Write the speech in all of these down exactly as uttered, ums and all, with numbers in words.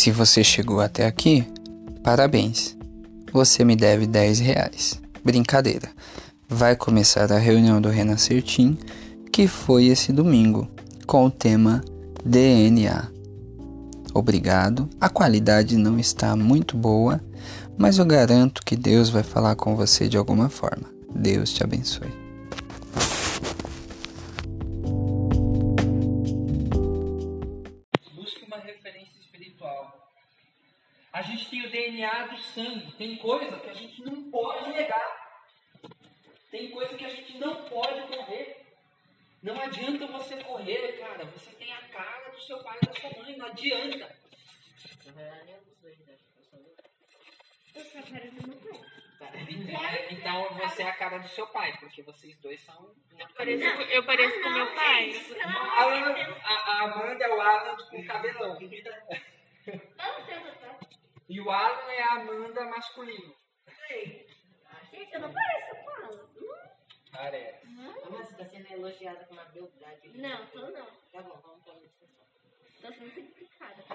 Se você chegou até aqui, parabéns. Você me deve dez reais. Brincadeira. Vai começar a reunião do Renascer Team, que foi esse domingo, com o tema D N A. Obrigado. A qualidade não está muito boa, mas eu garanto que Deus vai falar com você de alguma forma. Deus te abençoe. Busque uma referência espiritual. A gente tem o D N A do sangue. Tem coisa que a gente não pode negar. Tem coisa que a gente não pode correr. Não adianta você correr, cara. Você tem a cara do seu pai e da sua mãe. Não adianta. Eu sou a cara do meu pai. Então você é a cara do seu pai, porque vocês dois são. Eu pareço, eu pareço com meu pai. Alan, a, a Amanda é o Alan com cabelão. E o Alan é a Amanda masculino. Gente, eu não pareço com ela. Parece. Mas você está sendo elogiada com uma beldade. Não, tô não. Tá bom, vamos para a discussão. Tô sendo criticada.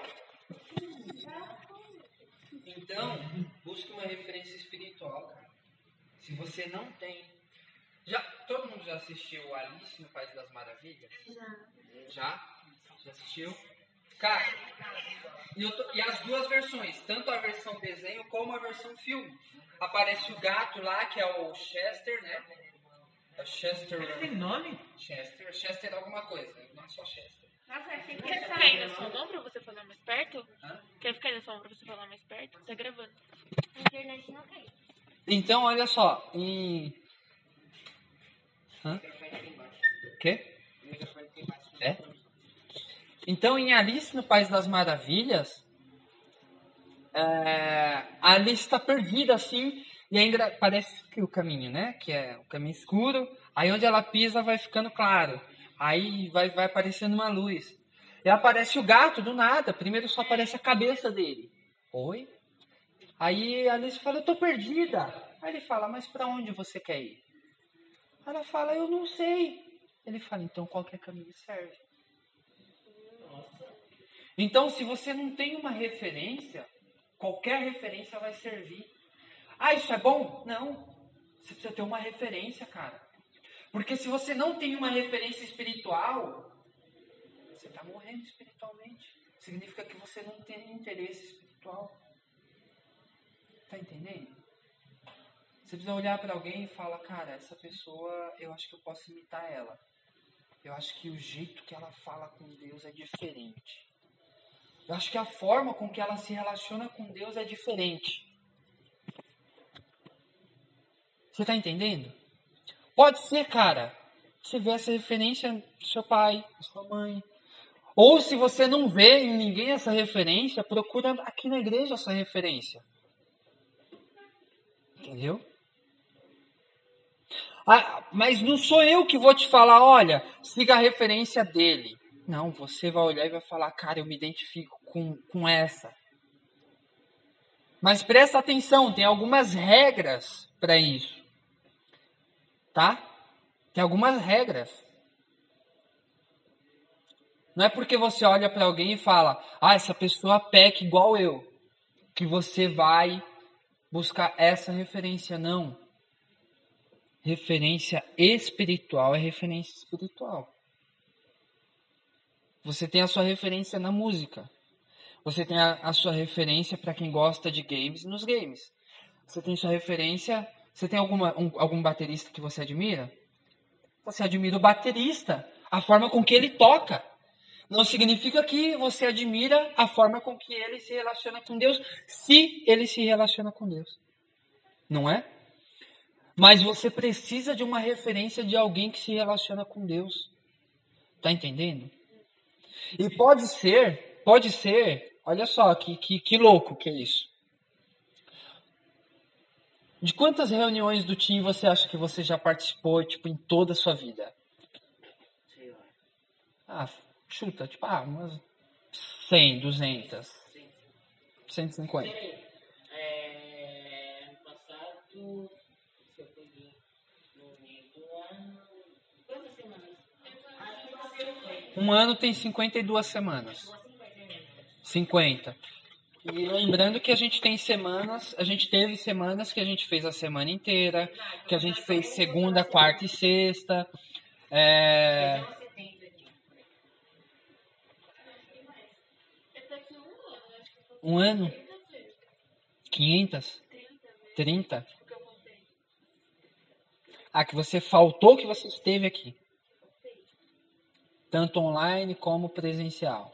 Então, busque uma referência espiritual, cara. Se você não tem. Já, todo mundo já assistiu Alice no País das Maravilhas? Já. Já? Já assistiu? Cara, e, eu tô, e as duas versões, tanto a versão desenho como a versão filme. Aparece o gato lá, que é o Chester, né? É o Chester. Tem nome? Chester, Chester alguma coisa, não é só Chester. Nossa, achei que Quer era ficar aí na sua mão pra você falar mais perto? Hã? Quer ficar aí na sua mão pra você falar mais perto? Tá gravando. A internet não cai. Então, olha só, em. Hã? Quê? É? Então, em Alice no País das Maravilhas, é, a Alice está perdida assim, e é engra... parece que o caminho, né? Que é o caminho escuro, aí onde ela pisa vai ficando claro, aí vai, vai aparecendo uma luz. E aparece o gato do nada, primeiro só aparece a cabeça dele. Oi? Aí a Alice fala, eu tô perdida. Aí ele fala, mas para onde você quer ir? Ela fala, eu não sei. Ele fala, então qualquer caminho serve. Então, se você não tem uma referência, qualquer referência vai servir. Ah, isso é bom? Não. Você precisa ter uma referência, cara. Porque se você não tem uma referência espiritual, você está morrendo espiritualmente. Significa que você não tem interesse espiritual. Tá entendendo? Você precisa olhar para alguém e falar, cara, essa pessoa, eu acho que eu posso imitar ela. Eu acho que o jeito que ela fala com Deus é diferente. Eu acho que a forma com que ela se relaciona com Deus é diferente. Você está entendendo? Pode ser, cara, você vê essa referência do seu pai, da sua mãe. Ou se você não vê em ninguém essa referência, procura aqui na igreja essa referência. Entendeu? Ah, mas não sou eu que vou te falar, olha, siga a referência dele. Não, você vai olhar e vai falar, cara, eu me identifico com, com essa. Mas presta atenção, tem algumas regras para isso. Tá? Tem algumas regras. Não é porque você olha para alguém e fala, ah, essa pessoa peca igual eu, que você vai buscar essa referência. Não. Referência espiritual é referência espiritual. Você tem a sua referência na música. Você tem a, a sua referência para quem gosta de games nos games. Você tem sua referência... Você tem alguma, um, algum baterista que você admira? Você admira o baterista, a forma com que ele toca. Não significa que você admira a forma com que ele se relaciona com Deus, se ele se relaciona com Deus. Não é? Mas você precisa de uma referência de alguém que se relaciona com Deus. Tá entendendo? E pode ser, pode ser, olha só que, que, que louco que é isso. De quantas reuniões do time você acha que você já participou, tipo, em toda a sua vida? Sei lá. Ah, chuta, tipo, ah, umas cem, duzentas, cento e cinquenta. Peraí. É, ano passado, se eu peguei no meio do ano. Quantas semanas? Acho que você foi. Um ano tem cinquenta e duas semanas. cinquenta. E lembrando que a gente tem semanas, a gente teve semanas que a gente fez a semana inteira, que a gente fez segunda, quarta e sexta. É... Então, setenta aqui. Eu tô aqui um ano, acho que foi Um ano? trinta vezes. quinhentas? trinta vezes trinta? que eu contei. Ah, que você faltou que você esteve aqui. Tanto online como presencial.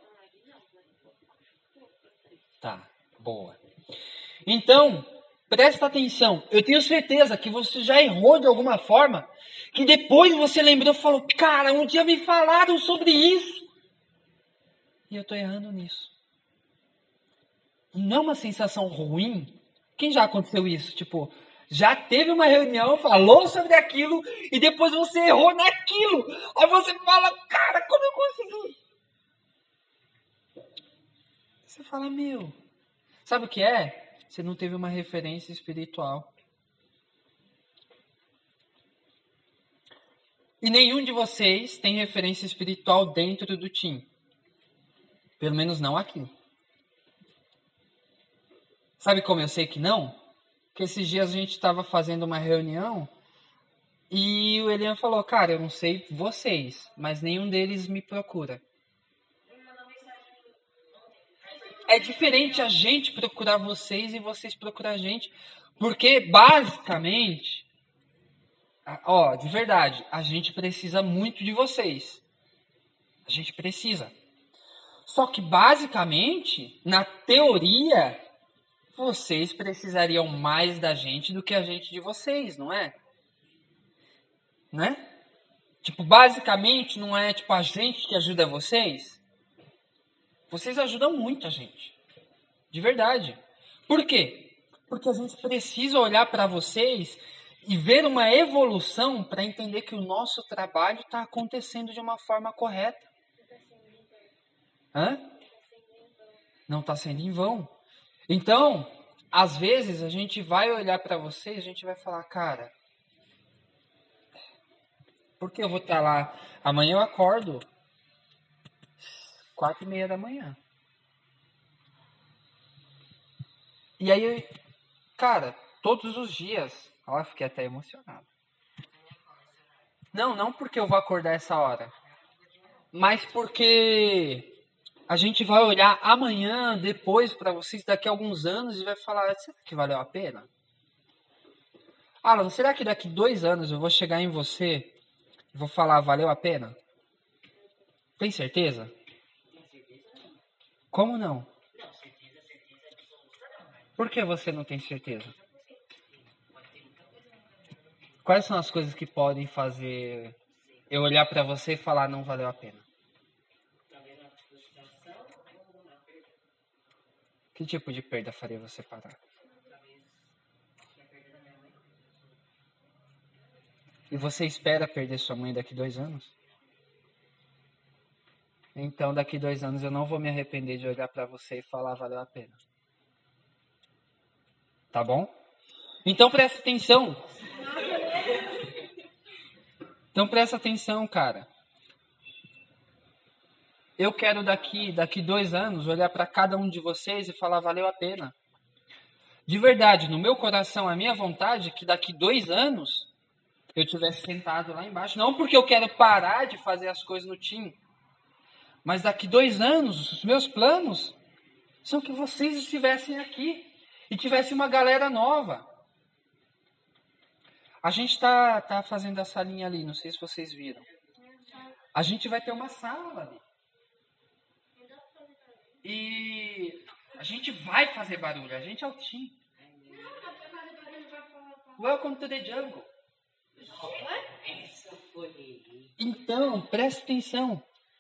Tá, boa. Então, presta atenção. Eu tenho certeza que você já errou de alguma forma, que depois você lembrou e falou, cara, um dia me falaram sobre isso. E eu tô errando nisso. Não é uma sensação ruim? Quem já aconteceu isso? Tipo, já teve uma reunião, falou sobre aquilo, e depois você errou naquilo. Aí você fala, cara, como eu consegui? Você fala, meu... Sabe o que é? Você não teve uma referência espiritual. E nenhum de vocês tem referência espiritual dentro do time. Pelo menos não aqui. Sabe como eu sei que não? Porque esses dias a gente estava fazendo uma reunião e o Elian falou, cara, eu não sei vocês, mas nenhum deles me procura. É diferente a gente procurar vocês e vocês procurar a gente, porque basicamente, ó, de verdade, a gente precisa muito de vocês. A gente precisa. Só que basicamente, na teoria, vocês precisariam mais da gente do que a gente de vocês, não é? Né? Tipo, basicamente, não é tipo a gente que ajuda vocês? Vocês ajudam muito a gente. De verdade. Por quê? Porque a gente precisa olhar para vocês e ver uma evolução para entender que o nosso trabalho está acontecendo de uma forma correta. Hã? Não está sendo em vão. Então, às vezes, a gente vai olhar para vocês e a gente vai falar, cara, por que eu vou estar lá? Amanhã eu acordo quatro e meia da manhã. E aí, cara, todos os dias... Ó, eu fiquei até emocionado. Não, não porque eu vou acordar essa hora. Mas porque a gente vai olhar amanhã, depois, para vocês, daqui a alguns anos, e vai falar, será que valeu a pena? Alan, será que daqui dois anos eu vou chegar em você e vou falar, valeu a pena? Tem certeza? Como não? Não, certeza, certeza absoluta não, mas Por que você não tem certeza? pode ter muita coisa. Quais são as coisas que podem fazer eu olhar para você e falar, não valeu a pena? Talvez uma frustração ou uma perda. Que tipo de perda faria você parar? Talvez a perda da minha mãe. E você espera perder sua mãe daqui dois anos? Então, daqui dois anos eu não vou me arrepender de olhar para você e falar, valeu a pena. Tá bom? Então presta atenção. Então presta atenção, cara. Eu quero daqui, daqui dois anos olhar para cada um de vocês e falar, valeu a pena. De verdade, no meu coração, a minha vontade é que daqui dois anos eu tivesse sentado lá embaixo. Não porque eu quero parar de fazer as coisas no time. Mas daqui dois anos, os meus planos são que vocês estivessem aqui e tivesse uma galera nova. A gente está tá fazendo essa linha ali, não sei se vocês viram. A gente vai ter uma sala ali. E a gente vai fazer barulho, a gente é o time. Welcome to the jungle. Essa foi. Então, presta atenção.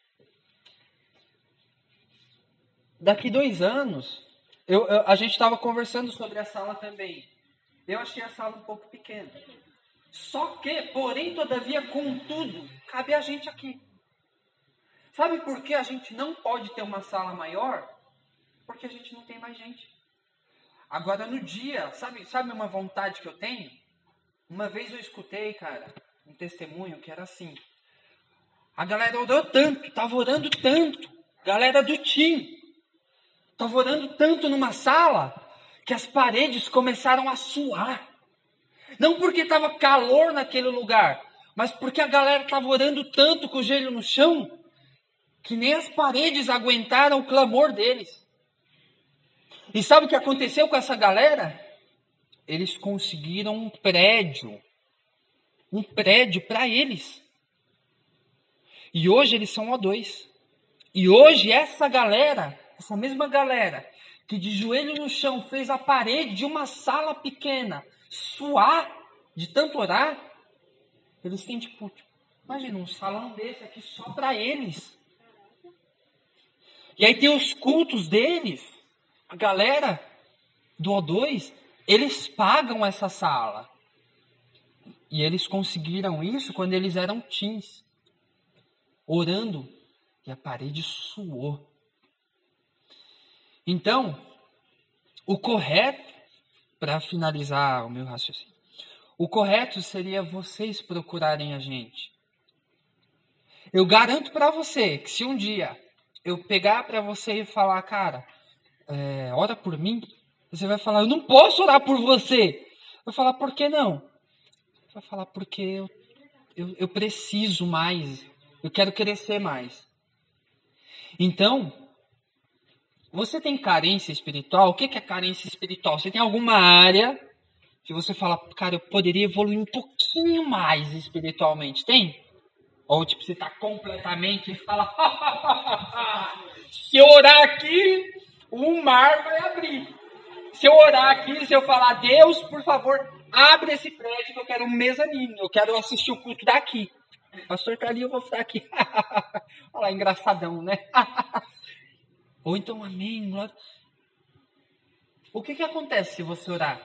Daqui dois anos, eu, eu- a gente estava conversando sobre a sala também. Eu achei a sala um pouco pequena. Só que, porém, todavia, contudo, cabe a gente aqui. Sabe por que a gente não pode ter uma sala maior? Porque a gente não tem mais gente. Agora, no dia, sabe, sabe uma vontade que eu tenho? Uma vez eu escutei, cara, um testemunho que era assim. A galera orou tanto, tava orando tanto. Galera do time. Estava orando tanto numa sala que as paredes começaram a suar. Não porque estava calor naquele lugar, mas porque a galera estava orando tanto com o joelho no chão que nem as paredes aguentaram o clamor deles. E sabe o que aconteceu com essa galera? Eles conseguiram um prédio. Um prédio para eles. E hoje eles são O dois. E hoje essa galera, essa mesma galera, que de joelho no chão fez a parede de uma sala pequena suar de tanto orar, eles têm tipo, imagina um salão desse aqui só para eles. E aí tem os cultos deles, a galera do O dois, eles pagam essa sala. E eles conseguiram isso quando eles eram teens, orando, e a parede suou. Então, o correto, para finalizar o meu raciocínio, o correto seria vocês procurarem a gente. Eu garanto para você que se um dia eu pegar para você e falar, cara, é, ora por mim, você vai falar, eu não posso orar por você. Vai falar, por que não? Vai falar, porque eu, eu, eu preciso mais, eu quero crescer mais. Então, você tem carência espiritual? O que é carência espiritual? Você tem alguma área que você fala, cara, eu poderia evoluir um pouquinho mais espiritualmente? Tem? Ou tipo, você está completamente e fala, se eu orar aqui, o mar vai abrir. Se eu orar aqui, se eu falar, Deus, por favor, abre esse prédio que eu quero um mezanino, eu quero assistir o culto daqui. O pastor tá ali, eu vou ficar aqui. Olha lá, engraçadão, né? Ou então, amém, glória. O que que acontece se você orar?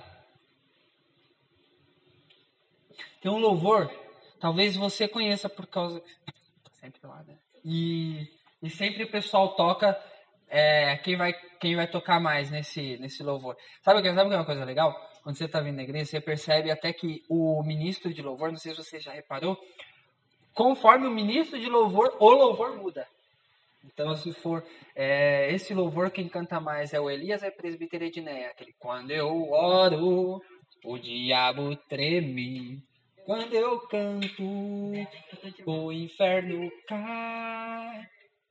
Tem um louvor, talvez você conheça por causa... Sempre lá, né? E, e sempre o pessoal toca... É, quem, vai, quem vai tocar mais nesse, nesse louvor. Sabe o que sabe que é uma coisa legal? Quando você está vindo na igreja, você percebe até que o ministro de louvor, não sei se você já reparou, conforme o ministro de louvor, o louvor muda. Então, se for é, esse louvor, quem canta mais é o Elias, é presbítero Edneia. Aquele, quando eu oro, o diabo treme. Quando eu canto, o inferno cai.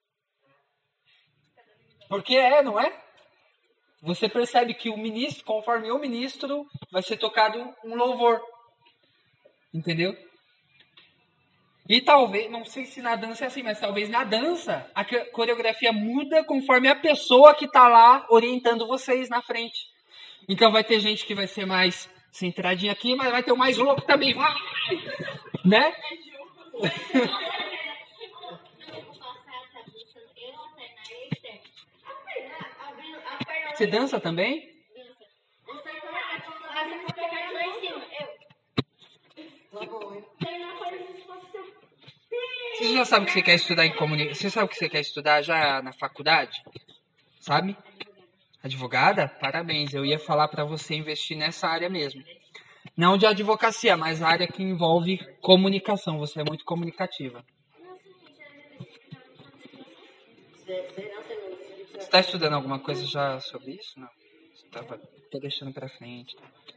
Porque é, não é? Você percebe que o ministro, conforme o ministro, vai ser tocado um louvor. Entendeu? E talvez, não sei se na dança é assim, mas talvez na dança a coreografia muda conforme a pessoa que está lá orientando vocês na frente. Então vai ter gente que vai ser mais centradinha aqui, mas vai ter o mais louco também. Vai! Né? Você dança também? Você já sabe que você quer estudar em comunicação? Você sabe que você quer estudar já na faculdade? Sabe? Advogada? Parabéns. Eu ia falar para você investir nessa área mesmo. Não de advocacia, mas a área que envolve comunicação. Você é muito comunicativa. Você está estudando alguma coisa já sobre isso? Não. Você estava deixando para frente.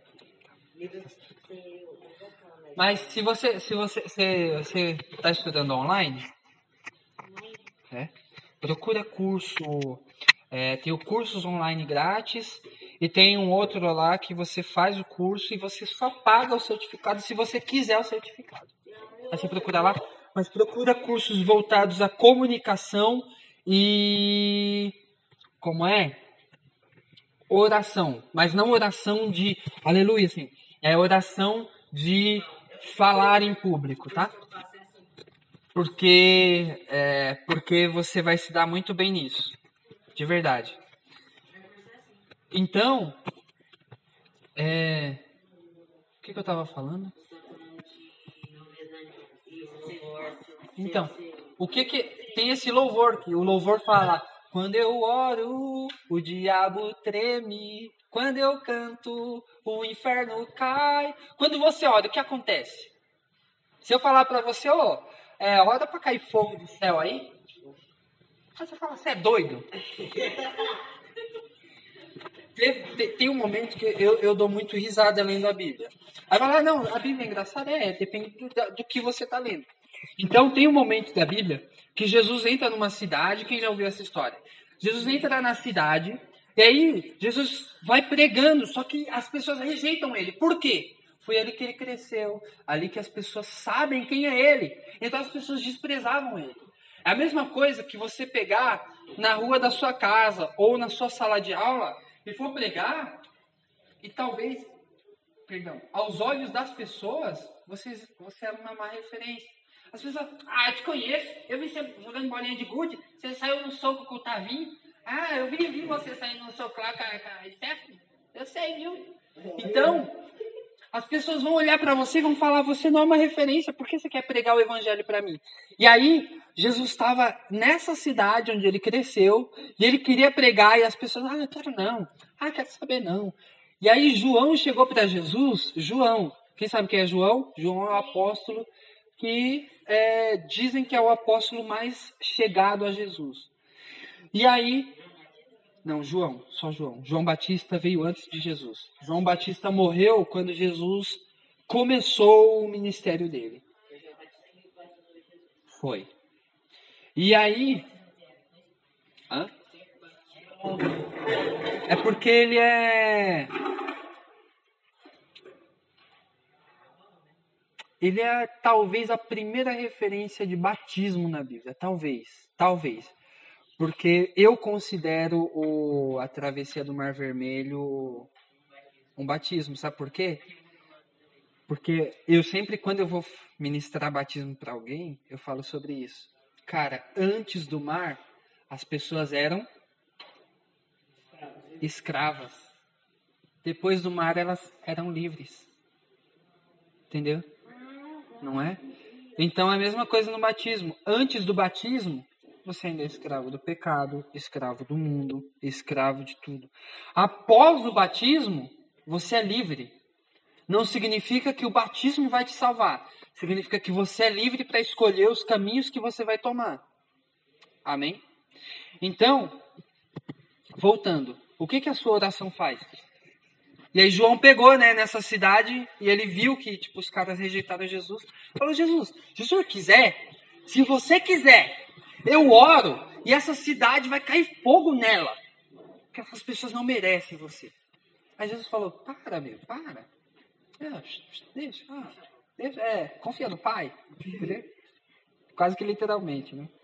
Mas se você se você se você está estudando online, é, procura curso. É, tem o cursos online grátis e tem um outro lá que você faz o curso e você só paga o certificado se você quiser o certificado. Aí você procura lá, mas procura cursos voltados à comunicação e como é? Oração, mas não oração de aleluia, assim, é oração de falar em público, tá? Porque é, porque você vai se dar muito bem nisso, de verdade. Então, é, o que, que eu tava falando? Então, o que que tem esse louvor que o louvor fala? Quando eu oro, o diabo treme. Quando eu canto, o inferno cai. Quando você ora, o que acontece? Se eu falar pra você, ó, oh, é, ora pra cair fogo do céu aí. Aí você fala, você é doido? Teve- te- tem um momento que eu, eu dou muito risada lendo a Bíblia. Aí vai lá, não, a Bíblia é engraçada? É, depende do, da- do que você está lendo. Então tem um momento da Bíblia que Jesus entra numa cidade, quem já ouviu essa história? Jesus entra na cidade, e aí Jesus vai pregando, só que as pessoas rejeitam ele. Por quê? Foi ali que ele cresceu, ali que as pessoas sabem quem é ele. Então as pessoas desprezavam ele. É a mesma coisa que você pegar na rua da sua casa ou na sua sala de aula e for pregar e talvez, perdão, aos olhos das pessoas, você, você é uma má referência. As pessoas, ah, eu te conheço, eu vi você jogando bolinha de gude, você saiu no soco com o Tavinho. Ah, eu vi, vi você saindo no soco lá com a, com a Stephanie. Eu sei, viu? Então, as pessoas vão olhar para você e vão falar, você não é uma referência, por que você quer pregar o evangelho para mim? E aí, Jesus estava nessa cidade onde ele cresceu, e ele queria pregar, e as pessoas, ah, quero não, ah, quero saber não. E aí João chegou para Jesus, João, quem sabe quem é João? João é o apóstolo que é, dizem que é o apóstolo mais chegado a Jesus. E aí, não, João, só João. João Batista veio antes de Jesus. João Batista morreu quando Jesus começou o ministério dele. Foi. E aí... Hã? É porque ele é... Ele é talvez a primeira referência de batismo na Bíblia. Talvez. Talvez. Porque eu considero o, a travessia do Mar Vermelho um batismo. Sabe por quê? Porque eu sempre, quando eu vou ministrar batismo para alguém, eu falo sobre isso. Cara, antes do mar, as pessoas eram escravas. Depois do mar, elas eram livres. Entendeu? Não é? Então é a mesma coisa no batismo. Antes do batismo, você ainda é escravo do pecado, escravo do mundo, escravo de tudo. Após o batismo, você é livre. Não significa que o batismo vai te salvar. Significa que você é livre para escolher os caminhos que você vai tomar. Amém? Então, voltando. O que, que a sua oração faz? E aí João pegou, né, nessa cidade e ele viu que tipo, os caras rejeitaram Jesus. Falou, Jesus, se o senhor quiser, se você quiser, eu oro e essa cidade vai cair fogo nela. Porque essas pessoas não merecem você. Aí Jesus falou, para, meu, para. É, deixa, ah, deixa, é, confia no Pai. Entendeu? Quase que literalmente, né?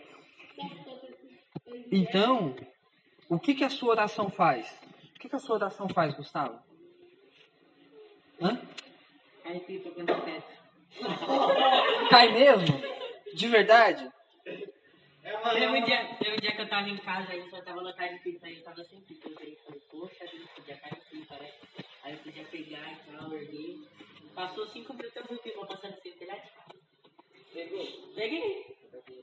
Então, o que, que a sua oração faz? O que, que a sua oração faz, Gustavo? Hã? Aí pipa quando desce. Cai mesmo? De verdade? Teve um dia, teve um dia que eu tava em casa, aí só tava lotado de pipa, aí eu tava sem pipa. Eu falei, poxa, eu podia cair pipa, né? Aí eu podia pegar e tal, erguei. Passou cinco minutos, eu vi o pipa passando assim, telhado. Pegou? Peguei.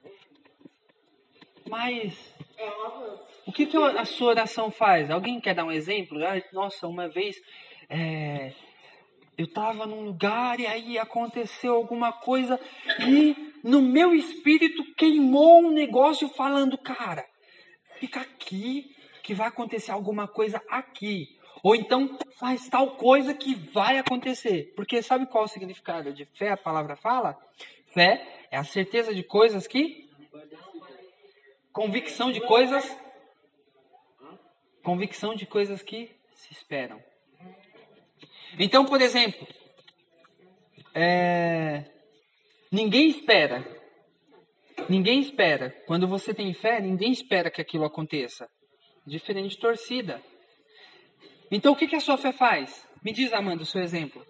Mas É um avanço. o que, que a sua oração faz? Alguém quer dar um exemplo? Ah, nossa, uma vez é, eu estava num lugar e aí aconteceu alguma coisa e no meu espírito queimou um negócio falando, cara, fica aqui que vai acontecer alguma coisa aqui. Ou então faz tal coisa que vai acontecer. Porque sabe qual é o significado de fé? A palavra fala? Fé é a certeza de coisas que... Convicção de coisas... Convicção de coisas que se esperam. Então, por exemplo, é... ninguém espera. Ninguém espera. Quando você tem fé, ninguém espera que aquilo aconteça. Diferente de torcida. Então, o que, que a sua fé faz? Me diz, Amanda, o seu exemplo.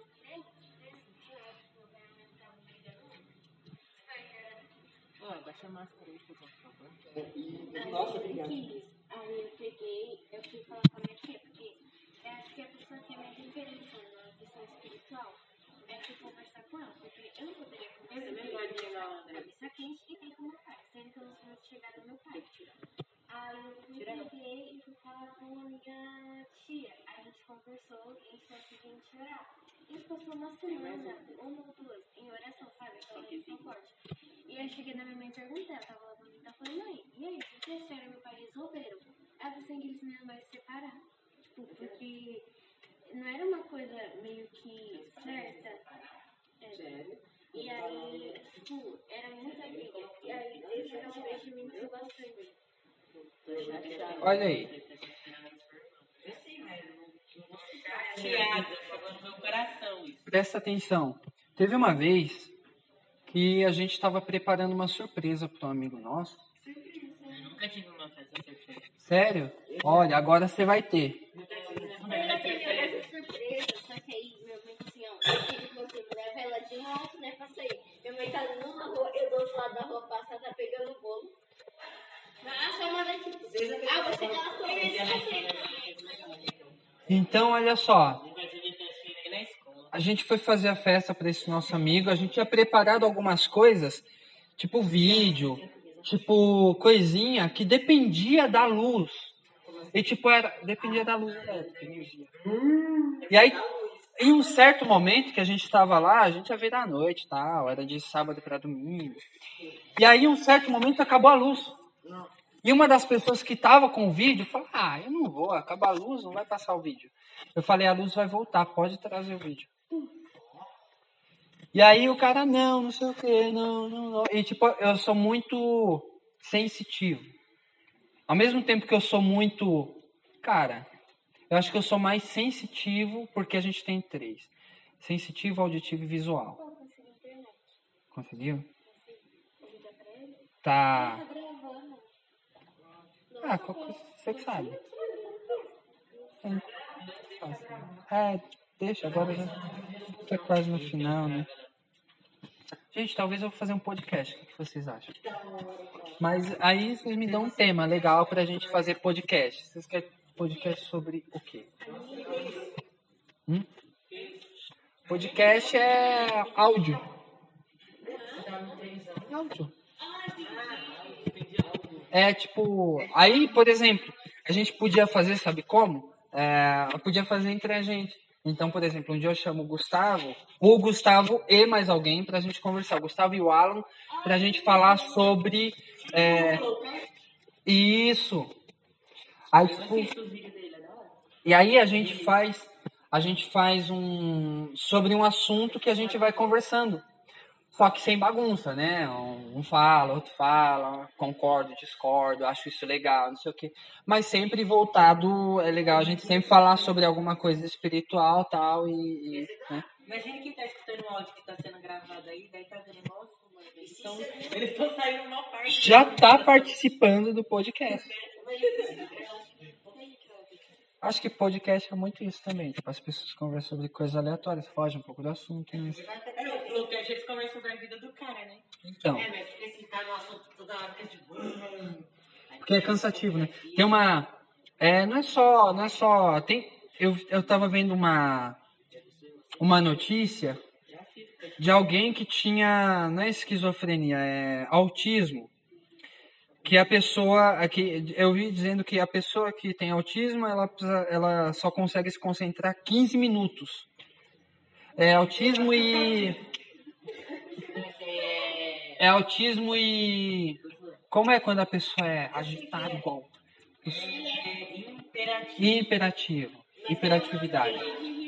Ó, baixa a máscara aí, por favor. Nossa, obrigada. Aí eu peguei, eu fui falar com a minha tia, porque eu acho que a pessoa que é mais referência na questão espiritual é que conversar com ela, porque eu não poderia conversar melhor de levar uma cabeça quente e nem com meu pai, sendo que eu não sou muito chegada ao meu pai. Aí eu fui, peguei e fui falar com a minha tia. Aí a gente conversou e a gente conseguiu a gente orar. E a gente passou uma semana, uma ou duas, em oração, sabe? Aquela oração forte. E aí eu cheguei na minha mãe e perguntei, ela tava lá comigo, ela falou, mãe, e aí, por que a senhora e meu pai resolveram? Ela falou assim, que eles não iam mais se separar. Tipo, tipo, porque não era uma coisa meio que certa. É. Sério? E aí, tipo, era muita briga. E aí, esse realmente me interessou bastante. Olha aí. Eu sei, mas eu não vou ficar chateada, chegou no meu coração isso. Presta atenção. Teve uma vez que a gente estava preparando uma surpresa para um amigo nosso. Eu nunca tive uma festa surpresa. Sério? Olha, agora você vai ter. Eu já teve essa surpresa, só que aí minha mãe assim, ó, eu tive que você leva ela de moto, né, pra sair. Minha mãe tá numa rua, eu do outro lado da rua passar, tá pegando o bolo. Ah, só manda tipo, ah, você tá com Então, olha só. Nunca tive festa nem na escola. A gente foi fazer a festa para esse nosso amigo. A gente tinha preparado algumas coisas, tipo vídeo, tipo coisinha que dependia da luz. E tipo, era, dependia da luz elétrica, energia. E aí, em um certo momento que a gente estava lá, a gente ia ver da noite e tal, era de sábado para domingo. E aí, em um certo momento, acabou a luz. E uma das pessoas que estava com o vídeo falou, ah, eu não vou, acaba a luz, não vai passar o vídeo. Eu falei, a luz vai voltar, pode trazer o vídeo. E aí o cara, não, não sei o que, não, não, não. E tipo, eu sou muito sensitivo. Ao mesmo tempo que eu sou muito, cara, eu acho que eu sou mais sensitivo porque a gente tem três. Sensitivo, auditivo e visual. Conseguiu? Tá. Ah, você que sabe. É, deixa, agora já tá quase no final, né? Gente, talvez eu vou fazer um podcast, o que vocês acham? Mas aí vocês me dão um tema legal pra gente fazer podcast. Vocês querem podcast sobre o quê? Hum? Podcast é áudio. Áudio. É tipo, aí, por exemplo, a gente podia fazer, sabe como? É, podia fazer entre a gente. Então, por exemplo, um dia eu chamo o Gustavo, ou o Gustavo e mais alguém pra gente conversar. O Gustavo e o Alan, pra gente falar sobre é, isso. Aí, tipo, e aí a gente faz, a gente faz um sobre um assunto que a gente vai conversando. Só que sem bagunça, né? Um fala, outro fala, concordo, discordo, acho isso legal, não sei o quê. Mas sempre voltado, é legal a gente sempre falar sobre alguma coisa espiritual tal, e, e né? Imagina quem tá escutando o áudio que tá sendo gravado aí, daí tá vendo, nossa, mano, eles estão eles estão saindo uma parte. Já tá participando do podcast. Acho que podcast é muito isso também. Tipo, as pessoas conversam sobre coisas aleatórias, fogem um pouco do assunto. Né? É, o que a gente conversa sobre a vida do cara, né? Então. É, mas porque se tá no assunto toda hora, fica tipo... Porque é cansativo, né? Tem uma... É, não é só... Não é só tem, eu, eu tava vendo uma... Uma notícia de alguém que tinha... Não é esquizofrenia, é autismo. Que a pessoa, que eu vi dizendo que a pessoa que tem autismo, ela, precisa, ela só consegue se concentrar quinze minutos. É autismo e... É autismo e... Como é quando a pessoa é agitada igual? Imperativo. Hiperatividade.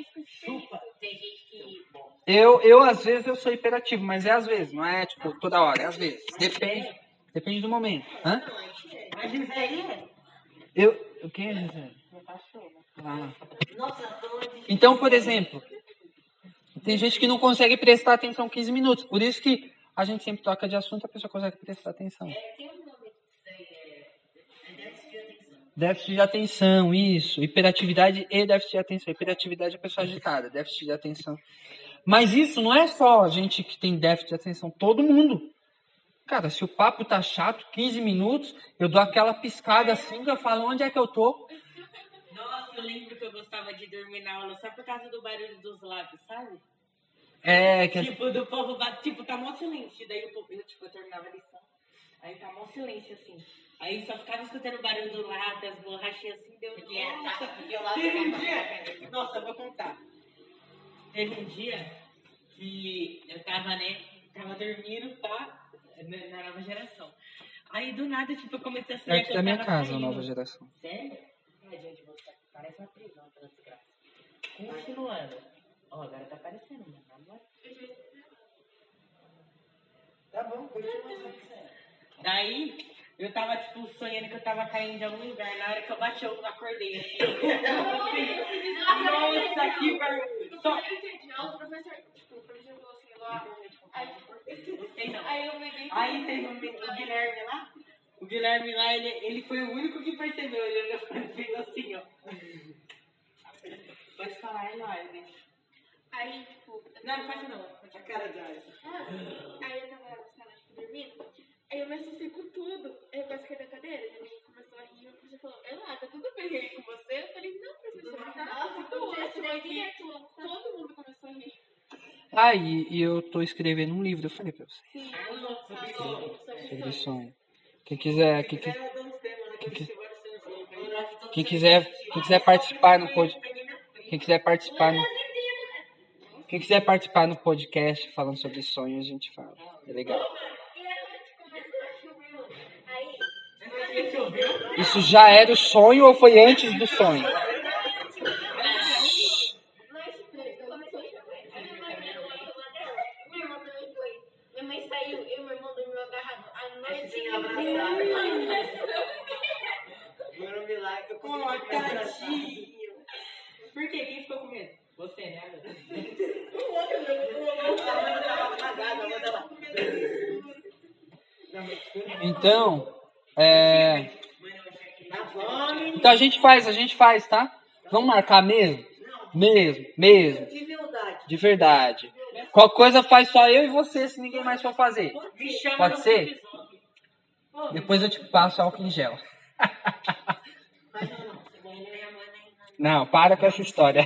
Eu, eu, às vezes, eu sou hiperativo, mas é às vezes, não é tipo toda hora, é às vezes. Depende. Depende do momento. Hã? Eu. O que é, Gisele? Ah. Então, por exemplo, tem gente que não consegue prestar atenção quinze minutos. Por isso que a gente sempre toca de assunto, a pessoa consegue prestar atenção. Déficit de atenção, isso. Hiperatividade e déficit de atenção. Hiperatividade é a pessoa agitada, déficit de atenção. Mas isso não é só a gente que tem déficit de atenção, todo mundo. Cara, se o papo tá chato, quinze minutos, eu dou aquela piscada assim, que eu falo, onde é que eu tô? Nossa, eu lembro que eu gostava de dormir na aula só por causa do barulho dos lábios, sabe? É, que... Tipo, do povo, tipo, tá mó silêncio, daí o povo, eu, tipo, eu terminava a lição, aí tá mó silêncio, assim. Aí só ficava escutando o barulho do lápis, as borrachinhas assim, deu... Nossa, teve um dia... Nossa, eu vou contar. Teve um dia que eu tava, né, tava dormindo, tá? Na nova geração. Aí do nada, tipo, eu comecei a sonhar perto que da eu minha tava casa, a caindo. nova geração. Sério? Tadinha de você. Parece uma prisão, pela desgraça. Continuando. Ó, agora tá aparecendo, né? Agora. Tá bom, continua. Daí, eu tava, tipo, sonhando que eu tava caindo de algum lugar. Na hora que eu bati, eu acordei, assim. Nossa, que barulho. Só... O professor, tipo, o professor falou assim, lá, aí, Sei não. aí eu peguei... Aí teve o, o Guilherme lá. O Guilherme lá, ele, ele foi o único que percebeu. Ele olhou pra mim e fez assim, ó. Pode falar, é nóis, né? Aí, tipo... Não, não pode não. A cara de Alisson. Ah, aí eu tava na sala, tipo, dormindo. Aí eu me assustei com tudo. Aí eu quase caí da cadeira. E ele começou a rir. E o professor falou, Ela, tá tudo bem rir com você? Eu falei, não, professor, mas tá muito ótimo aqui. Todo mundo começou a rir. Ah, e, e eu tô escrevendo um livro, eu falei pra você. Sim, Sobre sobre Sobre sonho. sonho. Quem quiser, quem, qui- Eu dou uns temas, né? Que eu assisti vários sonhos aí. quem quiser, quem quiser participar no pod, quem quiser participar no, quem quiser participar no podcast falando sobre sonhos, a gente fala. É legal. Isso já era o sonho ou foi antes do sonho? Minha mãe saiu, eu e meu irmão dormiu agarrado a noite Foi um milagre que eu Pô, consegui me abraçar. tadinho. Por quê? Quem ficou com medo? Você, né? A mãe tava apagada, a mãe tava... Então, é, Tá bom, menino. então a gente faz, a gente faz, tá? Vamos marcar mesmo? Mesmo, mesmo, De verdade. de verdade. Qualquer coisa faz só eu e você, se ninguém mais for fazer. Me chama Pode no ser? episódio. Depois eu te passo álcool em gel. Não, para com essa história.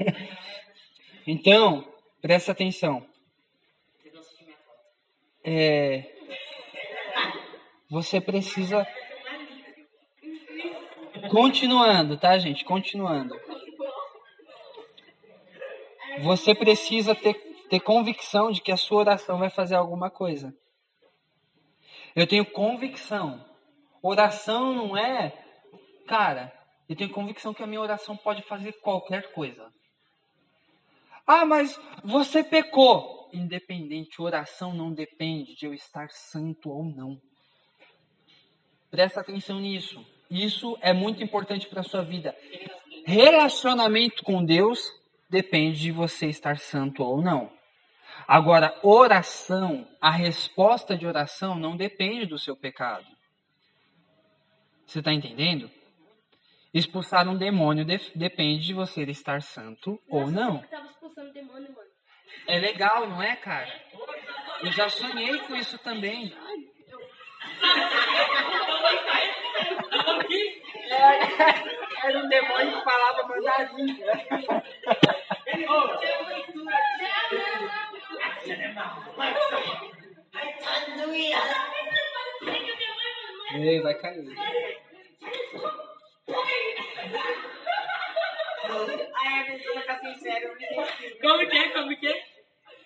Então, presta atenção. É, você precisa... Continuando, tá, gente? Continuando. Você precisa ter, ter convicção de que a sua oração vai fazer alguma coisa. Eu tenho convicção. Oração não é... Cara, eu tenho convicção que a minha oração pode fazer qualquer coisa. Ah, mas você pecou. Independente, oração não depende de eu estar santo ou não. Presta atenção nisso. Isso é muito importante para a sua vida. Relacionamento com Deus depende de você estar santo ou não. Agora, oração, a resposta de oração não depende do seu pecado. Você está entendendo? Expulsar um demônio de- depende de você estar santo ou não. Eu tava expulsando demônio, mano. É legal, não é, cara? Eu já sonhei com isso também. Era um demônio que falava mandarim. Ei, vai cair. Aí a pessoa fica sincera, eu me senti. Como que é? Como que é?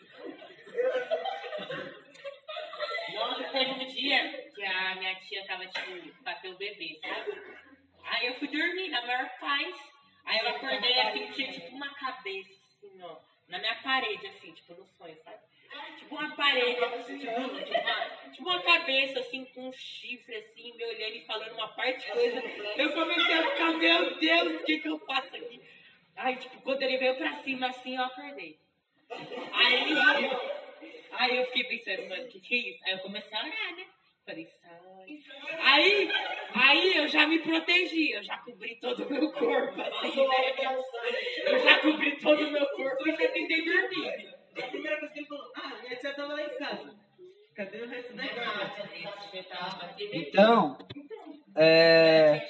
Nossa, teve um dia que a minha tia tava, tipo, pra ter o bebê, sabe? Aí eu fui dormir na maior paz. Aí eu acordei assim, tinha tipo uma cabeça, assim, ó, na minha parede, assim, tipo, no sonho, sabe? Tipo uma parede, assim, tipo, tipo, uma, tipo uma cabeça, assim, com um chifre, assim, me olhando e falando uma parte de coisa. Eu comecei a ficar, meu Deus, o que que eu faço aqui? Aí, tipo, quando ele veio pra cima, assim, eu acordei. Aí, aí eu fiquei pensando, mano, o que que é isso? Aí eu comecei a olhar, né? Falei, sai. Aí, aí eu já me protegi, eu já cobri todo o meu corpo, assim, né? Eu já cobri todo o meu corpo e já tentei dormir. A primeira coisa que ele falou, ah, minha tia tava lá em casa. Cadê o resto da casa? Então, é...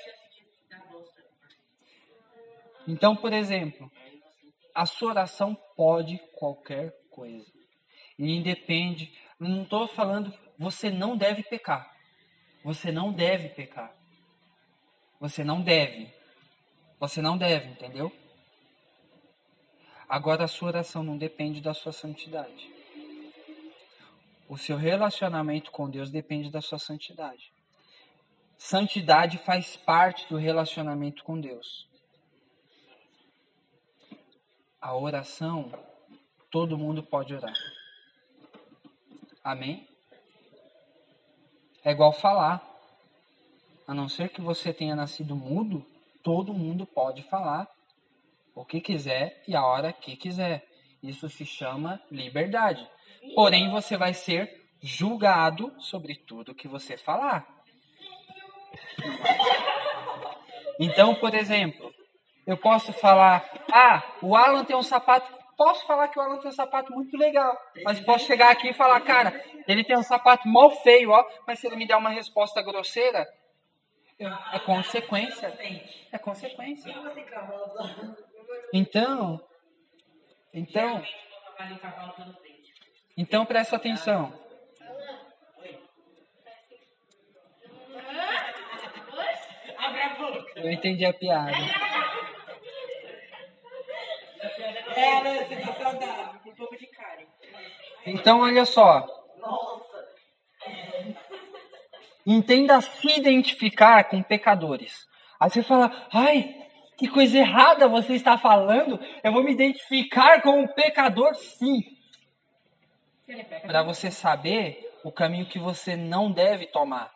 então, por exemplo, a sua oração pode qualquer coisa. E independe. Eu não estou falando, você não deve pecar. Você não deve pecar. Você não deve. Você não deve, entendeu? Agora a sua oração não depende da sua santidade. O seu relacionamento com Deus depende da sua santidade. Santidade faz parte do relacionamento com Deus. a oração, todo mundo pode orar. Amém? É igual falar. A não ser que você tenha nascido mudo, todo mundo pode falar o que quiser e a hora que quiser. Isso se chama liberdade. Porém, você vai ser julgado sobre tudo que você falar. Então, por exemplo, eu posso falar, ah, o Alan tem um sapato, posso falar que o Alan tem um sapato muito legal, mas posso chegar aqui e falar, cara, ele tem um sapato mó feio, ó, mas se ele me der uma resposta grosseira, eu, é consequência. É consequência. Então, então, então presta atenção. Eu entendi a piada. É, né? Você tá saudável, com um pouco de carne. Então, olha só. Entenda se identificar com pecadores. Aí você fala, ai, que coisa errada você está falando. Eu vou me identificar com um pecador, sim. Para você saber o caminho que você não deve tomar.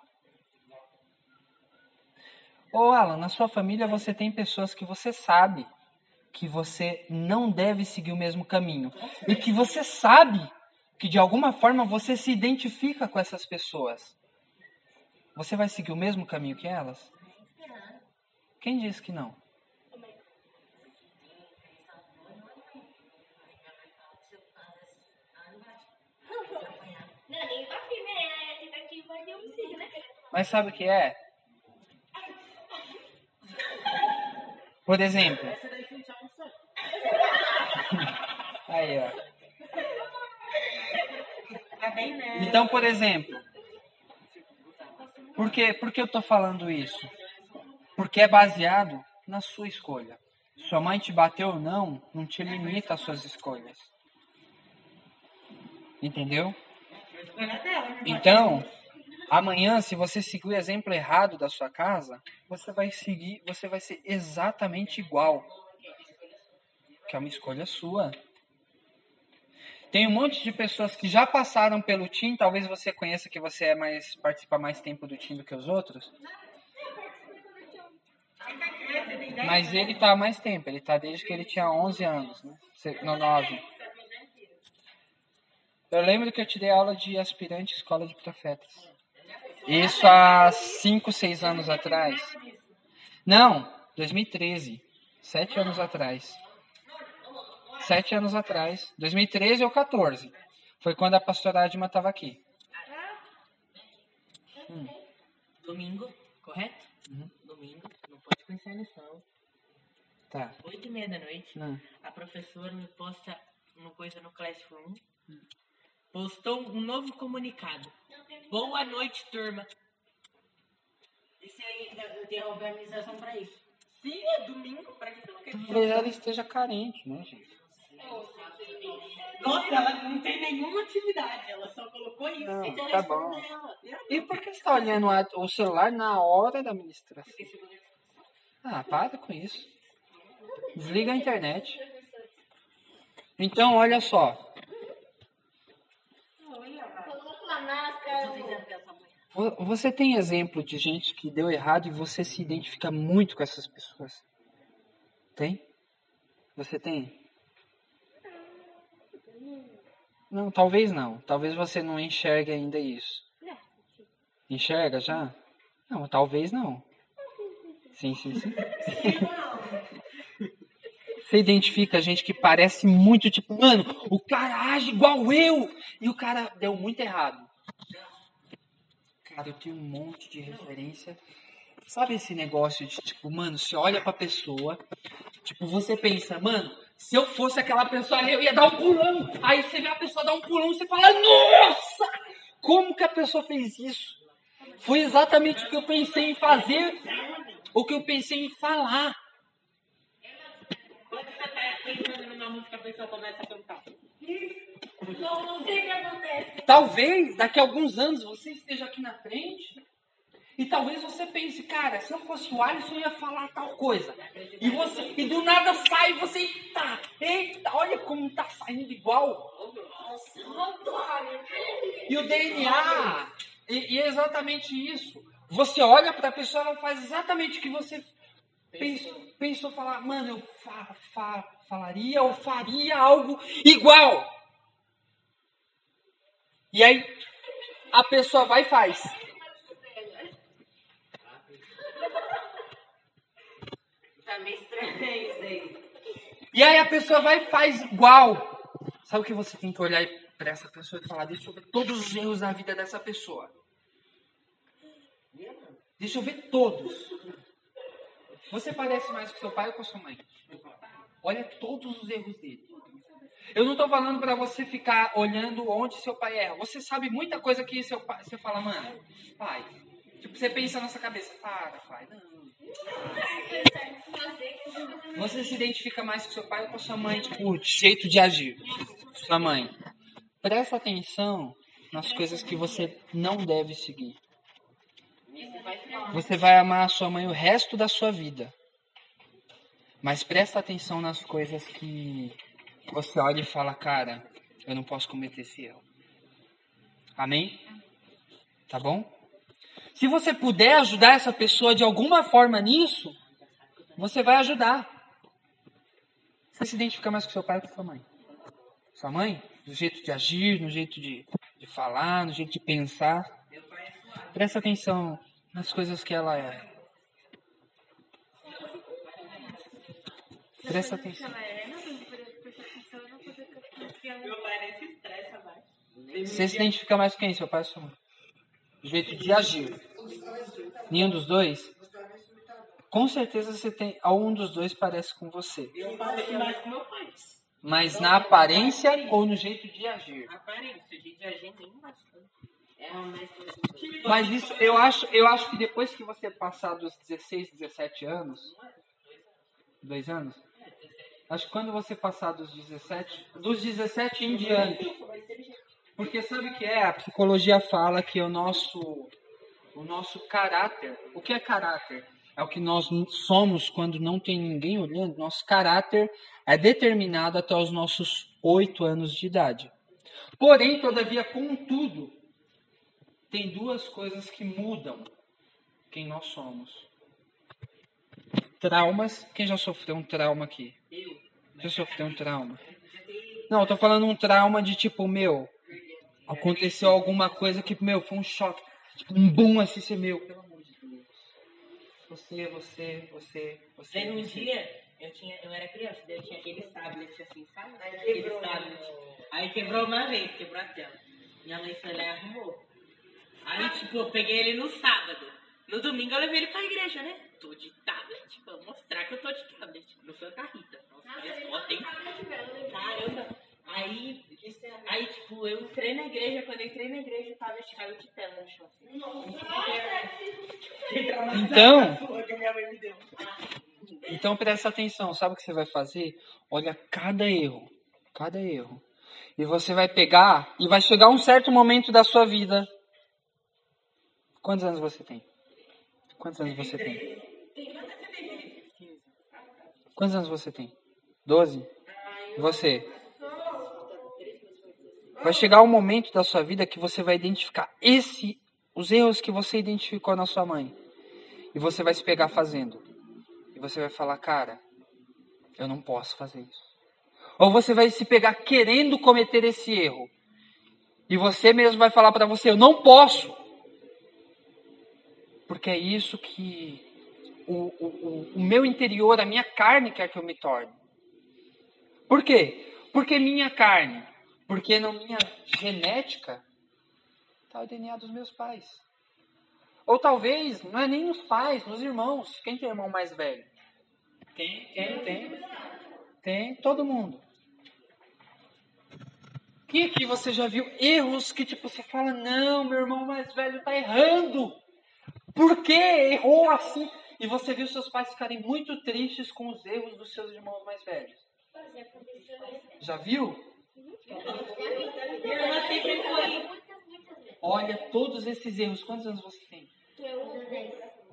Ô Alan, na sua família você tem pessoas que você sabe que você não deve seguir o mesmo caminho. E que você sabe que de alguma forma você se identifica com essas pessoas. Você vai seguir o mesmo caminho que elas? Quem disse que não? Mas sabe o que é? Por exemplo. Aí, ó. Então, por exemplo. Por que, por que eu tô falando isso? Porque é baseado na sua escolha. Sua mãe te bateu ou não, não te limita às suas escolhas. Entendeu? Então, amanhã, se você seguir o exemplo errado da sua casa, você vai seguir, você vai ser exatamente igual. Que é uma escolha sua. Tem um monte de pessoas que já passaram pelo T I M, talvez você conheça que você é mais, participa mais tempo do T I M do que os outros. Mas ele tá há mais tempo, ele tá desde que ele tinha onze anos, né? Não, nove. Eu lembro que eu tirei aula de aspirante escola de profetas. Isso há cinco, seis anos atrás. Não, dois mil e treze. Sete anos atrás. Sete anos atrás. dois mil e treze ou quatorze. Foi quando a pastora Adma estava aqui. Hum. Domingo, correto? Uhum. Domingo, não pode pensar no sol. Tá. Oito e meia da noite, Hum. a professora me posta uma coisa no Classroom. Hum. Postou um novo comunicado. Boa noite, turma. Esse aí tem a organização pra isso. Sim, é domingo, pra que você não quer? Talvez ela esteja carente, né, gente? Nossa, ela não tem nenhuma atividade, ela só colocou isso. Não, Então, tá bom. E por que você está olhando o celular na hora da administração? Ah, para com isso. Desliga a internet. Então, olha só. Você tem exemplo de gente que deu errado e você se identifica muito com essas pessoas? Tem? Você tem? Não, talvez não. Talvez você não enxergue ainda isso. Enxerga já? Não, talvez não. Sim, sim, sim. Você identifica gente que parece muito, tipo, mano, o cara age igual eu. E o cara deu muito errado. Cara, eu tenho um monte de referência. Sabe esse negócio de, tipo, mano, você olha pra pessoa, tipo, você pensa, mano, se eu fosse aquela pessoa ali, eu ia dar um pulão. Aí você vê a pessoa dar um pulão e você fala, nossa! Como que a pessoa fez isso? Foi exatamente o que eu pensei em fazer, o que eu pensei em falar. Quando você tá pensando numa música, a pessoa começa a cantar. Não, não sei o que acontece. Talvez, daqui a alguns anos, você esteja aqui na frente E talvez você pense, cara, se eu fosse o Alisson, eu ia falar tal coisa. E, você, e do nada sai, você, eita, eita, olha como tá saindo igual. E o D N A, e, e é exatamente isso. Você olha pra pessoa, ela faz exatamente o que você pensou, pensou falar. Mano, eu fa, fa, falaria ou faria algo igual. E aí, a pessoa vai e faz. Tá meio estranho isso aí. E aí a pessoa vai e faz igual. Sabe o que você tem que olhar para essa pessoa e falar? Deixa eu ver todos os erros da vida dessa pessoa. Deixa eu ver todos. Você parece mais com seu pai ou com a sua mãe? Olha todos os erros dele. Eu não estou falando para você ficar olhando onde seu pai erra. Você sabe muita coisa que seu pai... Você fala, mano, pai... Tipo, você pensa na sua cabeça, para, pai, não. Você se identifica mais com seu pai ou com sua mãe? Tipo, o jeito de agir. Sua mãe. Presta atenção nas coisas que você não deve seguir. Você vai amar a sua mãe o resto da sua vida. Mas presta atenção nas coisas que você olha e fala, cara, eu não posso cometer esse erro. Amém? Tá bom? Se você puder ajudar essa pessoa de alguma forma nisso, você vai ajudar. Você se identifica mais com seu pai ou com sua mãe? Sua mãe? No jeito de agir, no jeito de, de falar, no jeito de pensar. Presta atenção nas coisas que ela é. Presta atenção. Meu pai nem se estressa mais. Você se identifica mais com quem? Seu pai ou sua mãe? O jeito de agir. Nenhum dos dois? Com certeza você tem. Algum dos dois parece com você. Eu pareço mais com meu pai. Mas na aparência ou no jeito de agir? Aparência, o jeito de agir nem bastante. É mais. Mas isso, eu acho, eu acho que depois que você passar dos dezesseis, dezessete anos. Dois anos? Acho que quando você passar dos dezessete. Dos dezessete em diante. Porque sabe o que é? A psicologia fala que o nosso, o nosso caráter... O que é caráter? É o que nós somos quando não tem ninguém olhando. Nosso caráter é determinado até os nossos oito anos de idade. Porém, todavia, contudo, tem duas coisas que mudam quem nós somos. Traumas. Quem já sofreu um trauma aqui? Eu. Já sofreu um trauma? Não, eu tô falando um trauma de tipo, meu... Aconteceu alguma coisa que, meu, foi um choque. Tipo, um boom assim, você, meu, pelo amor de Deus. Você, você, você, você. Teve um você. dia, eu, tinha, eu era criança, daí eu tinha aqueles tablets assim, sabe? Aqueles tablets. Aí quebrou uma vez, quebrou a tela. Minha mãe foi lá e arrumou. Aí, tipo, eu peguei ele no sábado. No domingo eu levei ele pra igreja, né? Tô de tablet, pra mostrar que eu tô de tablet. Não sou a Carrita. Nossa, olha só, tem... Caramba. Aí, aí, tipo, eu entrei na igreja, quando eu entrei na igreja, eu tava caiu de tela no chão. Então, então presta atenção, sabe o que você vai fazer? Olha cada erro, cada erro. E você vai pegar, e vai chegar um certo momento da sua vida. Quantos anos você tem? Quantos anos você tem? Quantos anos você tem? Doze? Você? Vai chegar um momento da sua vida que você vai identificar esse, os erros que você identificou na sua mãe. E você vai se pegar fazendo. E você vai falar, cara, eu não posso fazer isso. Ou você vai se pegar querendo cometer esse erro. E você mesmo vai falar para você, eu não posso. Porque é isso que o, o, o, o meu interior, a minha carne quer que eu me torne. Por quê? Porque minha carne... Porque na minha genética está o D N A dos meus pais. Ou talvez, não é nem nos pais, nos irmãos. Quem tem irmão mais velho? Tem, tem, tem. Tem, todo mundo. Quem aqui você já viu erros que tipo você fala, não, meu irmão mais velho está errando. Por que errou assim? E você viu seus pais ficarem muito tristes com os erros dos seus irmãos mais velhos. Já viu? Olha todos esses erros. Quantos anos você tem?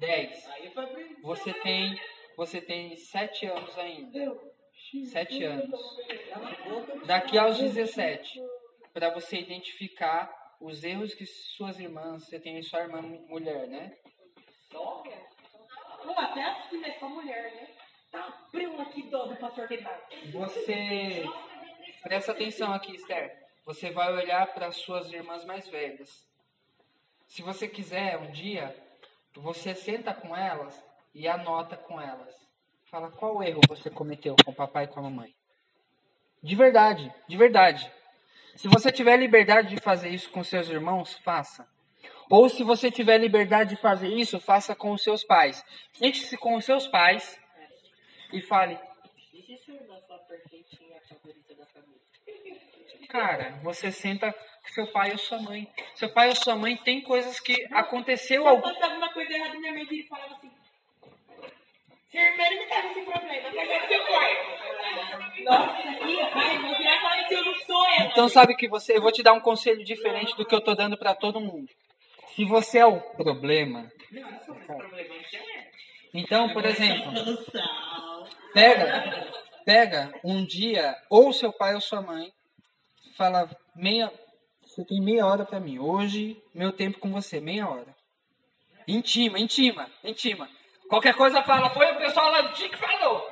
dez. Você tem, você tem sete anos ainda. sete anos. Daqui aos dezessete, para você identificar os erros que suas irmãs, você tem sua irmã mulher, né? Só? Não, até assim, é só mulher, né? Tá, prima, que dó do pastor queimado. Você, presta atenção aqui, Esther. Você vai olhar para suas irmãs mais velhas. Se você quiser, um dia, você senta com elas e anota com elas. Fala qual erro você cometeu com o papai e com a mamãe. De verdade, de verdade. Se você tiver liberdade de fazer isso com seus irmãos, faça. Ou se você tiver liberdade de fazer isso, faça com os seus pais. Sente-se com os seus pais e fale. E se sua irmã for a perfeitinha, a favorita da família? Cara, você senta com seu pai ou sua mãe. Seu pai ou sua mãe tem coisas que aconteceu... Algum... Se eu fosse alguma coisa errada, minha mãe viria e falava assim... Seu irmão não tava esse problema, mas é seu pai. Nossa, que raiva, eu virar e falar assim, eu não sou ela. Então sabe que você... Eu vou te dar um conselho diferente do que eu tô dando pra todo mundo. Se você é o problema... Não, eu sou o problema, é. Então, por exemplo... Pega, pega um dia, ou seu pai ou sua mãe... Fala, meia, você tem meia hora pra mim. Hoje, meu tempo com você, meia hora. Intima, intima, intima. Qualquer coisa fala, foi o pessoal lá do T I C que falou.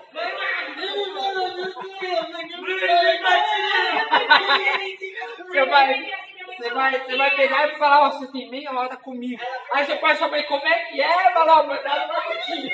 Você vai, você vai, você vai pegar e falar, ó, você tem meia hora comigo. Aí seu pai e sua mãe, como é que é? Vai lá, mandado pra você.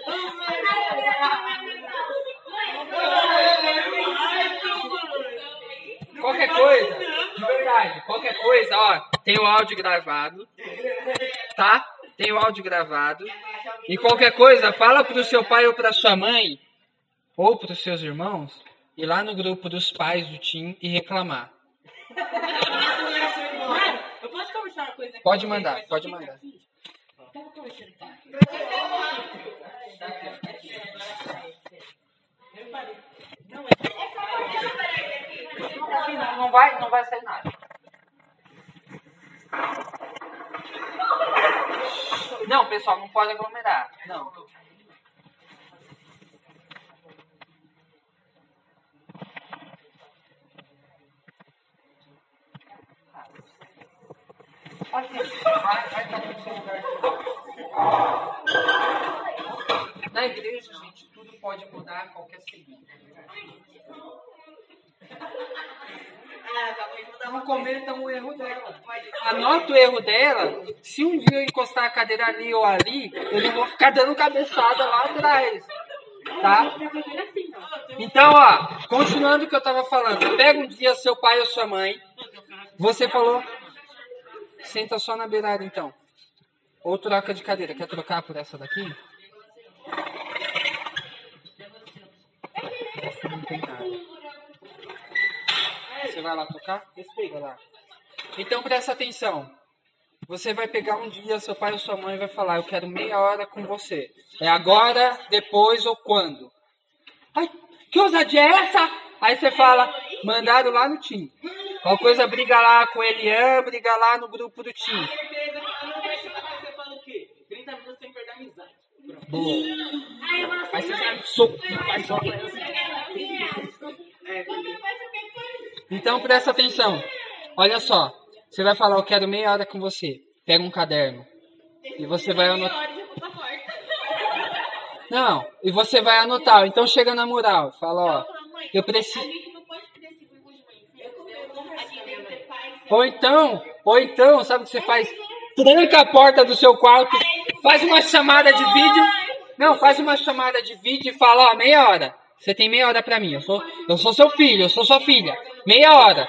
Qualquer coisa, de verdade, qualquer coisa, ó, tem o áudio gravado, tá? Tem o áudio gravado. E qualquer coisa, fala pro seu pai ou pra sua mãe, ou pros seus irmãos, ir lá no grupo dos pais do Tim e reclamar. Mano, eu posso conversar uma coisa aqui? Pode mandar, pode mandar. Tava conversando aqui. Não, é Não vai, não vai sair nada. Não, pessoal, não pode aglomerar. Não. Vai, vai estar no seu lugar. Na igreja, gente, tudo pode mudar a qualquer segundo. Não cometam o erro dela. Anota o erro dela. Se um dia eu encostar a cadeira ali ou ali, eu não vou ficar dando cabeçada lá atrás. Tá? Então, ó, continuando o que eu tava falando. Pega um dia seu pai ou sua mãe. Você falou... Senta só na beirada, então. Ou troca de cadeira. Quer trocar por essa daqui? Essa não tem nada. Você vai lá tocar? Respeita lá. Então presta atenção. Você vai pegar um dia, seu pai ou sua mãe vai falar, eu quero meia hora com você. É agora, depois ou quando? Ai, que ousadia é essa? Aí você fala, mandaram lá no Tim. Qual coisa, briga lá com o Elian, briga lá no grupo do Tim. Você fala o quê? trinta minutos sem perder a amizade. Boa. Aí você sai soco. Vai soco. Então presta atenção. Olha só. Você vai falar, eu quero meia hora com você. Pega um caderno. E você vai anotar. Não, e você vai anotar. Então chega na mural. Fala, ó. Eu preciso. Ou então, ou então, sabe o que você faz? Tranca a porta do seu quarto. Faz uma chamada de vídeo. Não, faz uma chamada de vídeo e fala, ó, meia hora. Você tem meia hora pra mim. Eu sou, eu sou seu filho, eu sou sua filha. Meia hora.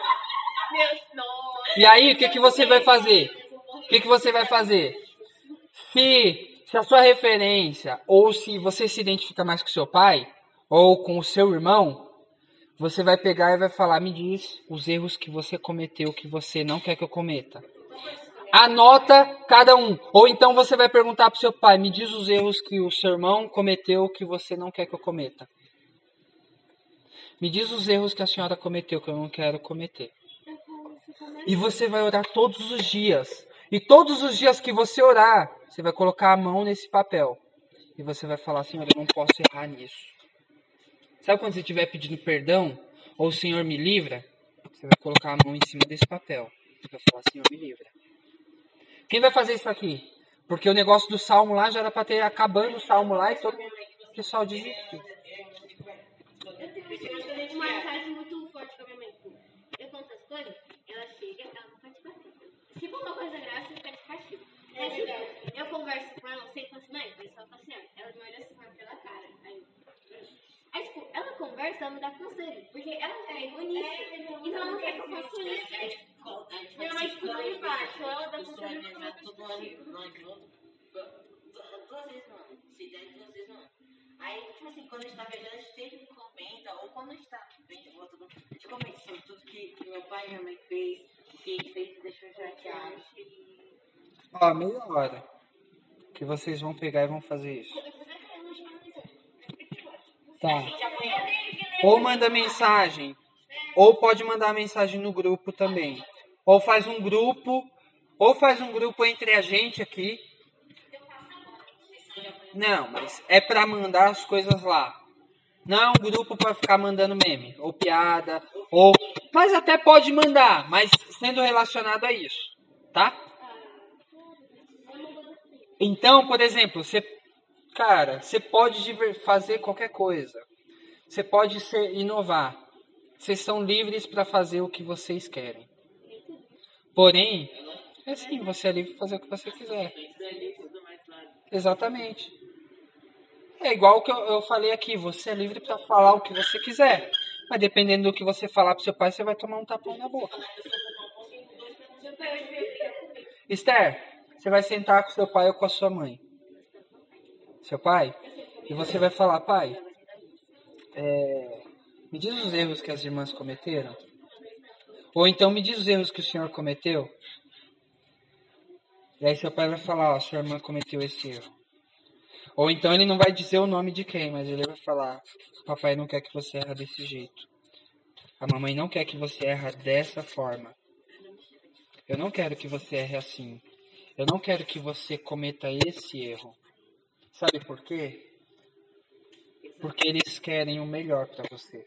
E aí, o que, que você vai fazer? O que, que você vai fazer? Se, se a sua referência, ou se você se identifica mais com seu pai, ou com o seu irmão, você vai pegar e vai falar, me diz os erros que você cometeu, que você não quer que eu cometa. Anota cada um. Ou então você vai perguntar para o seu pai, me diz os erros que o seu irmão cometeu, que você não quer que eu cometa. Me diz os erros que a senhora cometeu, que eu não quero cometer. E você vai orar todos os dias. E todos os dias que você orar, você vai colocar a mão nesse papel. E você vai falar, Senhor, eu não posso errar nisso. Sabe quando você estiver pedindo perdão? Ou o Senhor me livra? Você vai colocar a mão em cima desse papel. Você vai falar, Senhor, me livra. Quem vai fazer isso aqui? Porque o negócio do salmo lá já era para ter acabando o salmo lá e todo o pessoal desistiu. Eu tenho uma amizade muito forte com a minha mãe. Eu conto as coisas, ela chega, ela não faz castigo. Se for uma coisa grave, você faz castigo. É verdade. Eu converso com ela, sei que assim, mãe, mas só assim, ela me olha assim pela cara. Aí, aí, tipo, ela conversa, ela me dá conselho, porque ela é egoísta. Então ela não quer que eu faça isso. Minha mãe fica lá embaixo, ela dá conselho pra ela. Todo ano, nós juntos, duas vezes no ano, se der duas vezes no ano. Aí, tipo assim, quando a gente tá viajando, a gente sempre comenta, ou quando a gente tá bem de volta, a gente comenta sobre tudo que meu pai e minha mãe fez, o que ele fez que deixou chateado. Ó, meia hora que vocês vão pegar e vão fazer isso. Tá. Ou manda mensagem, ou pode mandar mensagem no grupo também. Ou faz um grupo, ou faz um grupo entre a gente aqui. Não, mas é pra mandar as coisas lá. Não é um grupo pra ficar mandando meme, ou piada, ou... Mas até pode mandar, mas sendo relacionado a isso, tá? Então, por exemplo, você... Cara, você pode diver- fazer qualquer coisa. Você pode ser, inovar. Vocês são livres pra fazer o que vocês querem. Porém, é assim, você é livre pra fazer o que você quiser. Exatamente. É igual o que eu, eu falei aqui, você é livre para falar o que você quiser. Mas dependendo do que você falar pro seu pai, você vai tomar um tapão na boca. Esther, você vai sentar com seu pai ou com a sua mãe? Seu pai? E você vai falar, pai, é, me diz os erros que as irmãs cometeram. Ou então me diz os erros que o senhor cometeu. E aí seu pai vai falar, ó, sua irmã cometeu esse erro. Ou então ele não vai dizer o nome de quem, mas ele vai falar, papai não quer que você erra desse jeito. A mamãe não quer que você erra dessa forma. Eu não quero que você erre assim. Eu não quero que você cometa esse erro. Sabe por quê? Porque eles querem o melhor pra você.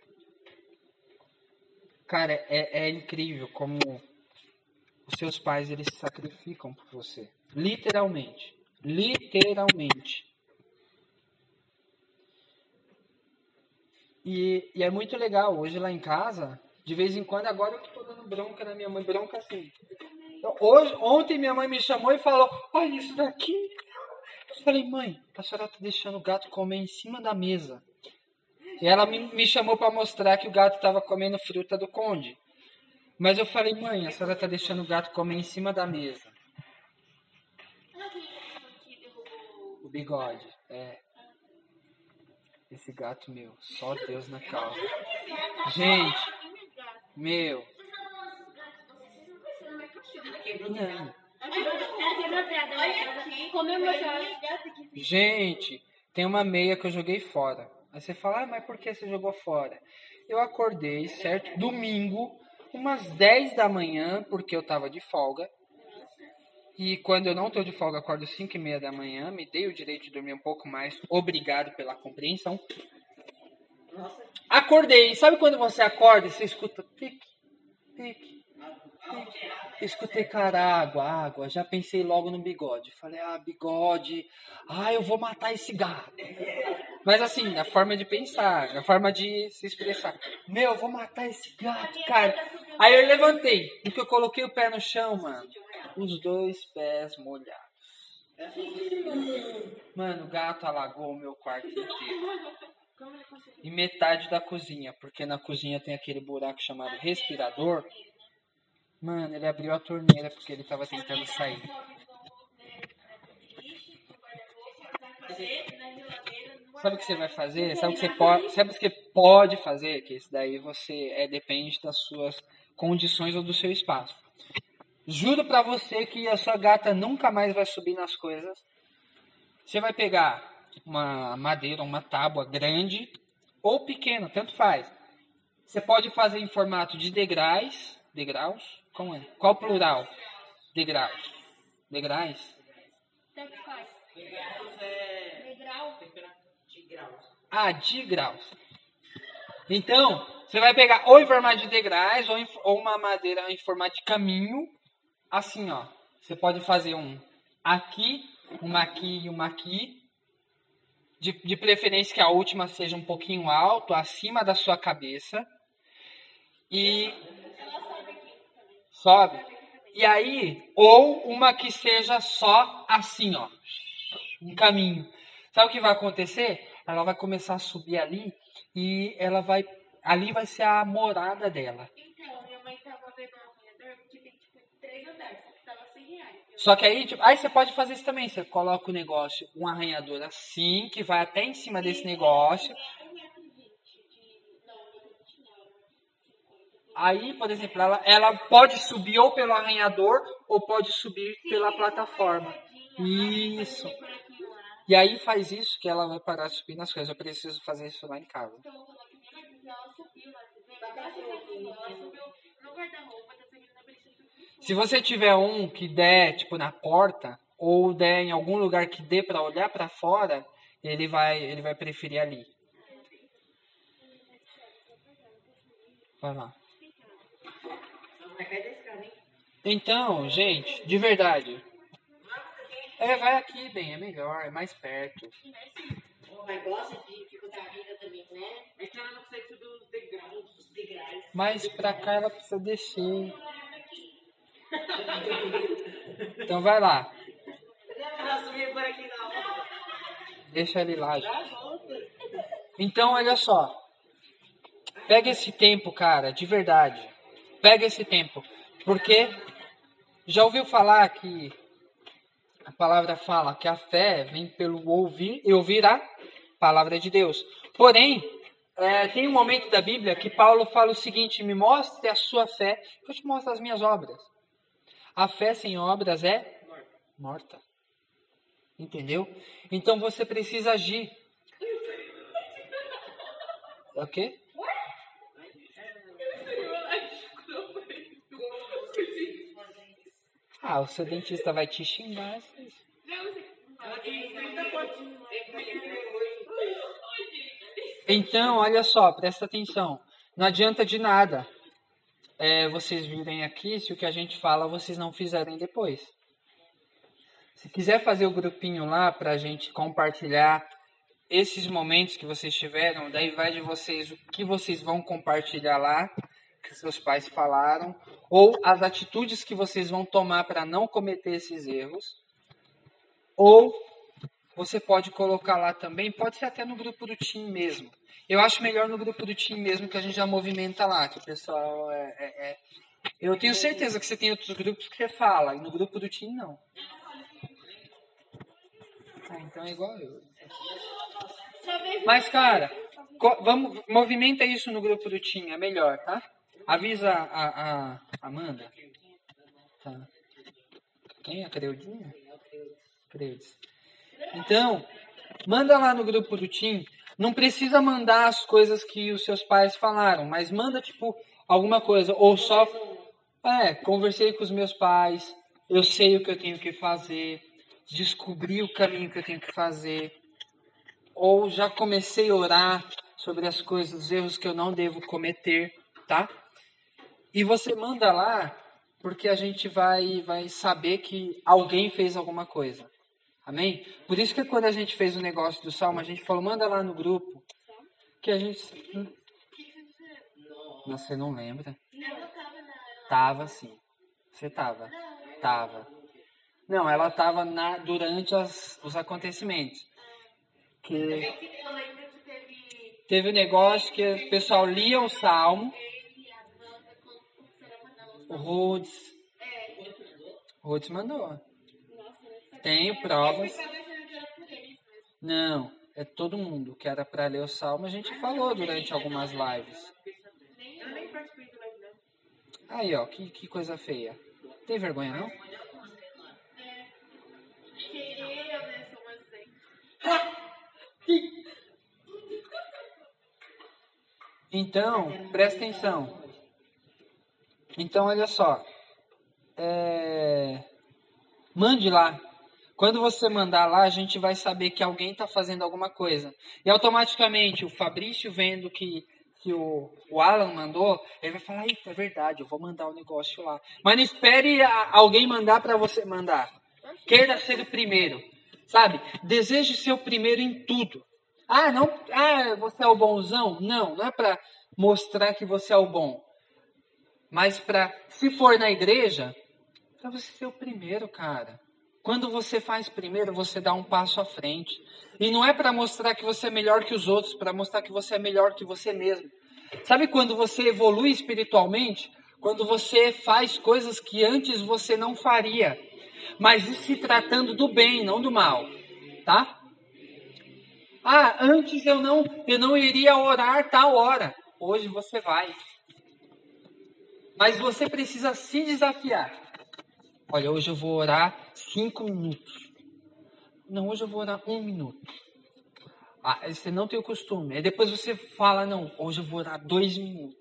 Cara, é, é incrível como os seus pais, eles se sacrificam por você. Literalmente. Literalmente. E, e é muito legal. Hoje lá em casa, de vez em quando, agora eu que tô dando bronca na minha mãe. Bronca assim. Então, hoje, ontem minha mãe me chamou e falou, olha isso daqui. Eu falei, mãe, a senhora tá deixando o gato comer em cima da mesa. E ela me, me chamou para mostrar que o gato estava comendo fruta do conde. Mas eu falei, mãe, a senhora tá deixando o gato comer em cima da mesa. O bigode, é. Esse gato, meu, só Deus na causa. Gente, meu. Não. Gente, tem uma meia que eu joguei fora. Aí você fala, ah, mas por que você jogou fora? Eu acordei, certo? Domingo, umas dez da manhã, porque eu tava de folga. E quando eu não tô de folga, acordo cinco e meia da manhã. Me dei o direito de dormir um pouco mais. Obrigado pela compreensão. Acordei. Sabe quando você acorda e você escuta tique, tique, tique? Escutei, cara, água, água. Já pensei logo no bigode. Falei, ah, bigode. Ah, eu vou matar esse gato. Mas assim, na forma de pensar, na forma de se expressar. Meu, eu vou matar esse gato, cara. Aí eu levantei. No que eu coloquei o pé no chão, mano. Os dois pés molhados. Mano, o gato alagou o meu quarto inteiro. E metade da cozinha. Porque na cozinha tem aquele buraco chamado respirador. Mano, ele abriu a torneira porque ele tava tentando sair. Sabe o que você vai fazer? Sabe o que você pode, sabe o que você pode fazer? Que isso daí você é, depende das suas condições ou do seu espaço. Juro pra você que a sua gata nunca mais vai subir nas coisas. Você vai pegar uma madeira, uma tábua grande ou pequena, tanto faz. Você pode fazer em formato de degraus. Degraus? Como é? Qual o plural? Degraus. Degraus? Tanto faz. Degraus é Degrau. de graus. Ah, de graus. Então, você vai pegar ou em formato de degraus ou, em, ou uma madeira em formato de caminho. Assim, ó. Você pode fazer um aqui, uma aqui e uma aqui. De, de preferência que a última seja um pouquinho alto, acima da sua cabeça. E sobe. E aí, ou uma que seja só assim, ó. Um caminho. Sabe o que vai acontecer? Ela vai começar a subir ali e ela vai. Ali vai ser a morada dela. Então, minha mãe tava vendo um arranhador que tem tipo três andares, só que tava cem reais. Eu Só que aí, tipo, aí você pode fazer isso também. Você coloca o negócio, um arranhador assim, que vai até em cima desse negócio. um metro e vinte de. Não, um metro e vinte não. cinquenta. Aí, por exemplo, ela, ela pode subir ou pelo arranhador ou pode subir pela plataforma. Isso. E aí faz isso que ela vai parar de subir nas coisas. Eu preciso fazer isso lá em casa. Então, eu coloquei minha mãe, ela subiu lá, você vê? Ela subiu, ela subiu no guarda-roupa, tá subindo na bicicleta. Se você tiver um que der, tipo, na porta, ou der em algum lugar que dê para olhar para fora, ele vai, ele vai preferir ali. Vai lá. Não vai cair da escada, hein? Então, gente, de verdade. É, vai aqui, bem, é melhor, é mais perto. Oh, mas gosta de dificultar a vida também, né? Mas tá no conceito dos degraus. Dos degraus. Mas pra cá ela precisa descer. Então vai lá. Ela subiu por aqui não. Deixa ele lá, gente. Então, olha só. Pega esse tempo, cara, de verdade. Pega esse tempo. Porque já ouviu falar que a palavra fala que a fé vem pelo ouvir e ouvir a palavra de Deus. Porém, é, tem um momento da Bíblia que Paulo fala o seguinte: me mostre a sua fé, que eu te mostro as minhas obras. A fé sem obras é morta. Entendeu? Então você precisa agir. É o quê? Ah, o seu dentista vai te xingar. Ela tem trinta pontinhos. Então, olha só, presta atenção. Não adianta de nada é, vocês virem aqui se o que a gente fala vocês não fizerem depois. Se quiser fazer o grupinho lá para a gente compartilhar esses momentos que vocês tiveram, daí vai de vocês o que vocês vão compartilhar lá, que seus pais falaram, ou as atitudes que vocês vão tomar para não cometer esses erros, ou você pode colocar lá também, pode ser até no grupo do Team mesmo. Eu acho melhor no grupo do Team mesmo, que a gente já movimenta lá, que o pessoal é... é, é... Eu tenho certeza que você tem outros grupos que você fala, e no grupo do Team não. Ah, então é igual eu. Mas, cara, co- vamos, movimenta isso no grupo do Team, é melhor, tá? Avisa a, a, a Amanda. Tá. Quem? A Creudinha? Creudes. Então, manda lá no grupo do Team. Não precisa mandar as coisas que os seus pais falaram, mas manda, tipo, alguma coisa. Ou só, é, conversei com os meus pais, eu sei o que eu tenho que fazer, descobri o caminho que eu tenho que fazer. Ou já comecei a orar sobre as coisas, os erros que eu não devo cometer, tá? E você manda lá, porque a gente vai, vai saber que alguém fez alguma coisa. Amém? Por isso que quando a gente fez o negócio do Salmo, a gente falou, manda lá no grupo. Que a gente... Hum. Não, você não lembra? Tava sim. Você tava? Tava. Não, ela tava na, durante as, os acontecimentos. Que Eu lembro que teve teve o negócio que o pessoal lia o Salmo. ele, a Wanda, quando começaram a mandar os O Rhodes. É, O Rhodes mandou. nossa, eu sabia. Tenho provas. Eu tava achando que era por eles mesmo. Não, é todo mundo que era para ler o Salmo. A gente falou durante algumas lives. Eu nem participei do live, não. Aí, ó, que, que coisa feia. Tem vergonha, não? Que eu, né, sou um exemplo. Então, presta atenção. Então, olha só. É... Mande lá. Quando você mandar lá, a gente vai saber que alguém está fazendo alguma coisa. E automaticamente o Fabrício, vendo que, que o, o Alan mandou, ele vai falar, eita, é verdade, eu vou mandar o negócio lá. Mas não espere a, alguém mandar para você mandar. Queira ser o primeiro. Sabe? Deseje ser o primeiro em tudo. Ah, não, ah, você é o bonzão? Não, não é para mostrar que você é o bom. Mas para, se for na igreja, para você ser o primeiro, cara. Quando você faz primeiro, você dá um passo à frente. E não é para mostrar que você é melhor que os outros, para mostrar que você é melhor que você mesmo. Sabe quando você evolui espiritualmente? Quando você faz coisas que antes você não faria. Mas se tratando do bem, não do mal. Tá? Ah, antes eu não, eu não iria orar tal hora. Hoje você vai. Mas você precisa se desafiar. Olha, hoje eu vou orar cinco minutos. Não, hoje eu vou orar um minuto. Ah, você não tem o costume. Aí depois você fala, não, hoje eu vou orar dois minutos.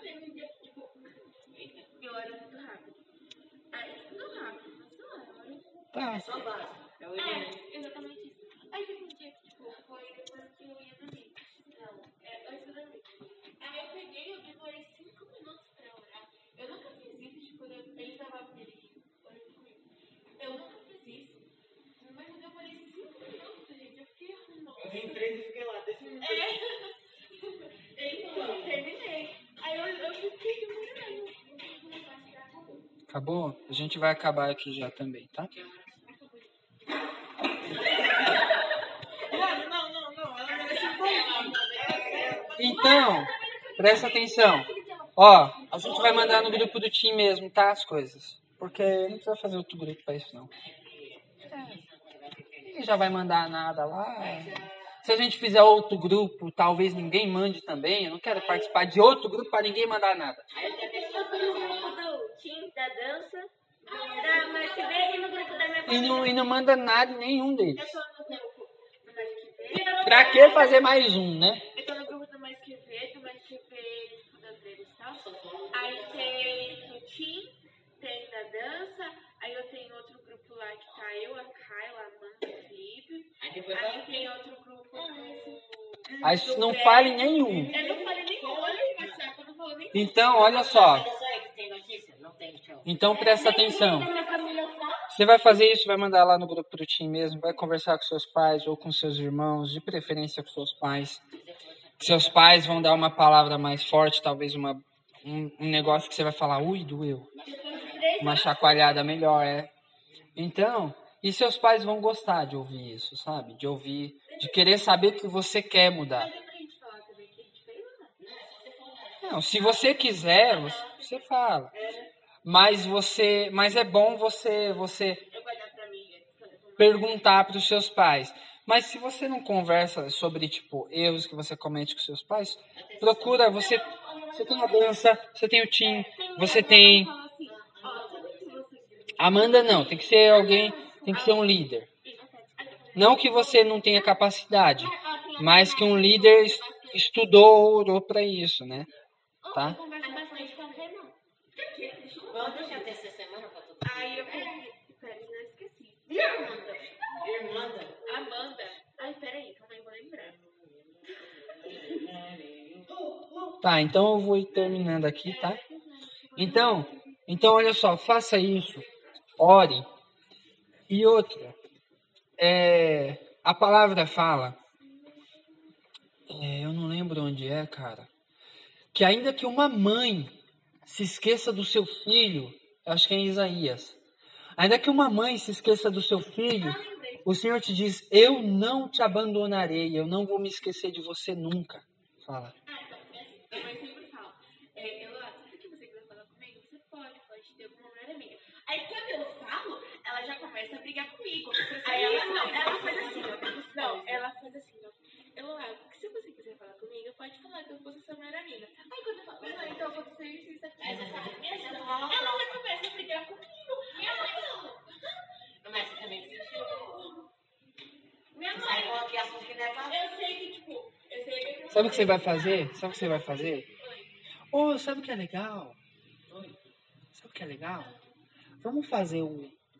Eu oro muito rápido. Aí, não rápido, mas não oro. Tá. É só básico. É o É, exatamente isso. Aí teve um dia que, tipo, foi depois que eu ia dormir. Não, é antes de dormir. Aí eu peguei, eu demorei cinco minutos pra orar. Eu nunca fiz isso, tipo, eu, ele tava ele, orando comigo. Eu nunca fiz isso. Mas eu demorei cinco minutos, gente. Eu fiquei assim, nossa. Eu vim três e fiquei lá, desse minuto. É. Então, terminei. Aí eu, eu fiquei demorando. Acabou? A gente vai acabar aqui já também, tá? Mano, não, não, não. Ela merece um ponto. Então, presta atenção. Ó, a gente vai mandar no grupo do time mesmo, tá? As coisas. Porque não precisa fazer outro grupo pra isso, não. E já vai mandar nada lá. Se a gente fizer outro grupo, talvez ninguém mande também. Eu não quero participar de outro grupo para ninguém mandar nada. Eu tô no grupo do time da dança, da Marquebê e no grupo da minha E família. não, e não manda nada em nenhum Eu deles. tô no grupo do Marquebê. Pra que fazer mais um, né? Eu tô no grupo do Marquebê, do Marquebê, tipo, das deles e tal. Aí tem o Tim, tem da dança. Aí eu tenho outro grupo lá que tá eu, a Kyla, a Amanda e o Felipe. Aí depois Aí vai. tem outro grupo do... Aí não fale nenhum. Eu não falei nenhum, olha aí, WhatsApp, eu não falo nenhum. Então, olha só. Olha só aí que tem notícia. Não tem, tchau. Então presta atenção. Minha família fala. Você vai fazer isso, vai mandar lá no grupo do time mesmo, vai conversar com seus pais ou com seus irmãos, de preferência com seus pais. Seus pais vão dar uma palavra mais forte, talvez uma, um, um negócio que você vai falar, ui, doeu. Uma chacoalhada melhor, é. Então, e seus pais vão gostar de ouvir isso, sabe? De ouvir, de querer saber que você quer mudar. Mas é pra gente falar também que a gente fez, né? Não, se você quiser, você, você fala. Mas você, mas é bom você, você Eu guardar pra mim antes. perguntar para os seus pais. Mas se você não conversa sobre tipo erros que você comete com seus pais, procura você. Você tem a dança, você tem o Tim, você tem Fala assim, ó, sabe o que você... Amanda não, tem que ser alguém, tem que ser um líder. Não que você não tenha capacidade, mas que um líder es- estudou, orou para isso, né? Tá? Eu converso bastante com o irmão. Vamos deixar até essa semana pra tu. Aí eu peguei... Pera, eu já esqueci. Irmanda. Irmanda. Amanda. Ai, peraí, calma aí, eu vou lembrar. Tá, então eu vou ir terminando aqui, tá? Então, então olha só, faça isso, ore. E outra, é, a palavra fala, é, eu não lembro onde é, cara, que ainda que uma mãe se esqueça do seu filho, acho que é em Isaías, ainda que uma mãe se esqueça do seu filho, o Senhor te diz, eu não te abandonarei, eu não vou me esquecer de você nunca. Fala. Ah, então, é assim, minha mãe sempre fala, é, ela, sempre que você quiser falar comigo, você pode, pode ter alguma melhor amiga. Aí quando eu falo, ela já começa a brigar comigo. Aí ela, não, ela faz assim, ó, não, ela faz assim, ó, Eloá, se você quiser falar comigo, pode falar que eu vou ser sua melhor amiga. Aí quando eu falo, não, então eu vou ser isso, isso, aqui, Mas essa me ajuda. Ela já começa a brigar comigo. Minha mãe não. Mas você também sentiu. Minha Você sabe mãe, qual que é assunto que não é fácil? eu sei que, tipo, eu sei que... Sabe o que você vai fazer? Sabe o que você vai fazer? Ô, sabe o que é legal? Sabe o que é legal? Vamos fazer o,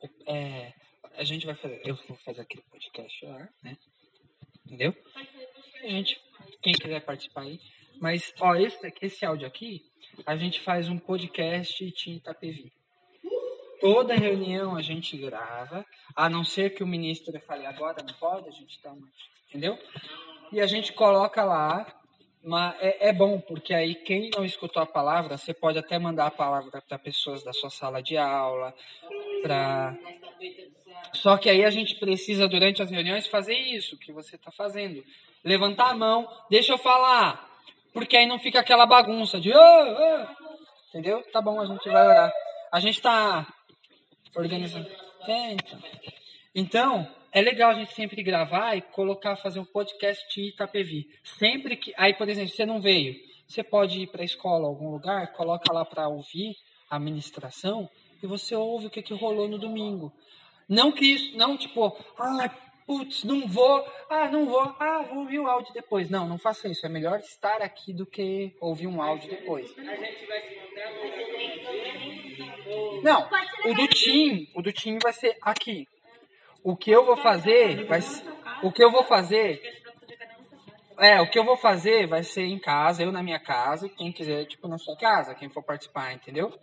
é, a gente vai fazer, eu vou fazer aquele podcast lá, né? Entendeu? A gente, quem quiser participar aí. Mas, ó, esse, aqui, esse áudio aqui, a gente faz um podcast Team Itapevi. Toda reunião a gente grava, a não ser que o ministro fale agora, não pode, a gente dá uma... Entendeu? E a gente coloca lá, mas é, é bom, porque aí quem não escutou a palavra, você pode até mandar a palavra para pessoas da sua sala de aula, para... Só que aí a gente precisa, durante as reuniões, fazer isso que você está fazendo. Levantar a mão, deixa eu falar, porque aí não fica aquela bagunça de... Oh, oh. Entendeu? Tá bom, a gente vai orar. A gente está organizando. É, então. Então, é legal a gente sempre gravar e colocar, fazer um podcast de Itapevi. Sempre que... Aí, por exemplo, você não veio, você pode ir para a escola, algum lugar, coloca lá para ouvir a ministração e você ouve o que, que rolou no domingo. Não que isso, não tipo, ah, putz, não vou, ah, não vou, ah, vou ouvir o áudio depois. Não, não faça isso. É melhor estar aqui do que ouvir um áudio depois. A gente vai se encontrar no... Não, o do Tim, o do Tim vai ser aqui. O que eu vou fazer, vai ser, o que eu vou fazer, é, o que eu vou fazer vai ser em casa, eu na minha casa, e quem quiser, tipo, na sua casa, quem for participar, entendeu?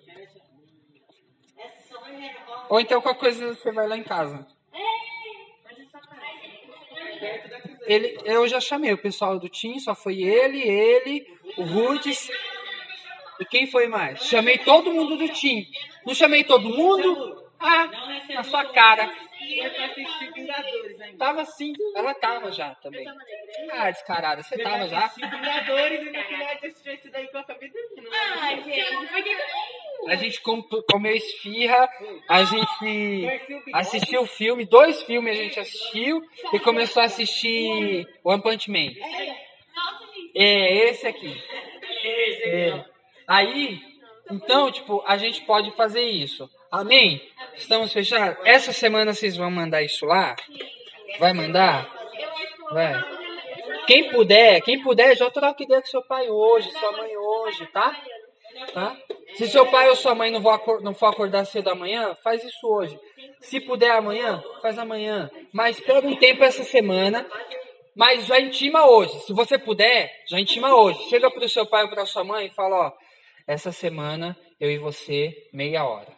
Ou então qualquer coisa você vai lá em casa. Ele, eu já chamei o pessoal do Tim, só foi ele, ele, o Rudes. E quem foi mais? Chamei todo mundo do Tim. Não chamei todo mundo? Ah, na sua cara. Foi pra assistir Vingadores ainda. Tava sim, ela tava já também. Ah, descarada, você tava já? Assistir Vingadores e no final de assistir esse daí que eu acabei dormindo. Ai, gente, por que A gente com- comeu esfirra, a gente assistiu o filme, dois filmes a gente assistiu e começou a assistir One Punch Man. É, esse aqui. É. Aí, então, tipo, a gente pode fazer isso. Amém? Estamos fechados? Essa semana vocês vão mandar isso lá? Vai mandar? Vai. Quem puder, quem puder, já troca ideia com seu pai hoje, sua mãe hoje, tá? Tá? Se seu pai ou sua mãe não for, acor- não for acordar cedo amanhã, faz isso hoje. Se puder amanhã, faz amanhã. Mas pega um tempo essa semana, mas já intima hoje. Se você puder, já intima hoje. Chega pro seu pai ou pra sua mãe e fala, ó, essa semana eu e você, meia hora.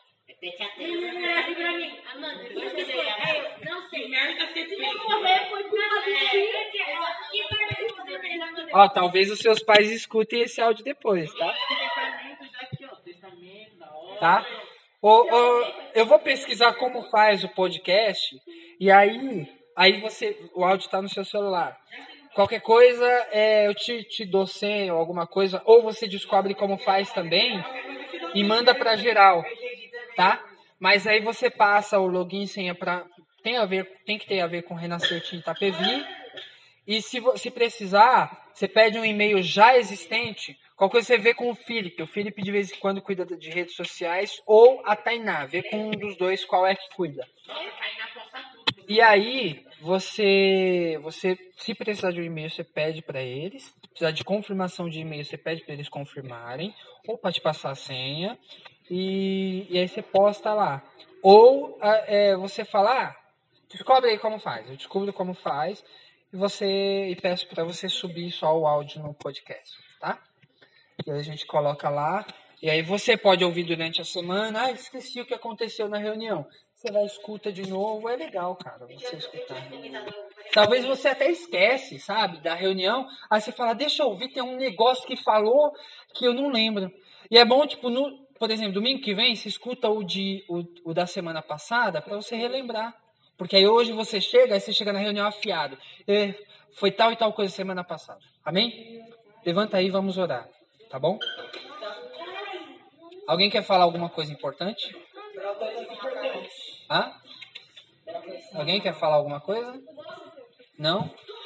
Amanda, o que você foi? Eu não sei. Merda, você se eu morrer foi culpa do Chico. Que merda que você fez, Amanda? Ó, talvez os seus pais escutem esse áudio depois, tá? Testamento já aqui, ó. Testamento, da hora. Tá? Ô, ô, eu vou pesquisar como faz o podcast e aí, aí você, o áudio tá no seu celular. Qualquer coisa, é, eu te, te dou senha ou alguma coisa, ou você descobre como faz também e manda pra geral, tá? Mas aí você passa o login e senha pra... Tem, a ver, tem que ter a ver com Renascer Team Itapevi. E se, vo- se precisar, você pede um e-mail já existente. Qualquer coisa você vê com o Felipe. O Felipe de vez em quando cuida de redes sociais. Ou a Tainá. Vê com um dos dois qual é que cuida. E aí, você, você se precisar de um e-mail, você pede para eles. Se precisar de confirmação de e-mail, você pede para eles confirmarem. Ou para te passar a senha. E, e aí você posta lá. Ou ah, é, você fala, ah, descobre aí como faz. Eu descubro como faz. E você e peço para você subir só o áudio no podcast, tá? E aí a gente coloca lá. E aí você pode ouvir durante a semana. Ah, esqueci o que aconteceu na reunião. Você vai escuta de novo. É legal, cara, você escutar. Talvez você até esquece, sabe, da reunião. Aí você fala, deixa eu ouvir, tem um negócio que falou que eu não lembro. E é bom, tipo, no, por exemplo, domingo que vem, você escuta o, de, o, o da semana passada para você relembrar. Porque aí hoje você chega, aí você chega na reunião afiado. É, foi tal e tal coisa semana passada. Amém? Levanta aí, vamos orar. Tá bom? Alguém quer falar alguma coisa importante? Hã? Alguém quer falar alguma coisa? Não?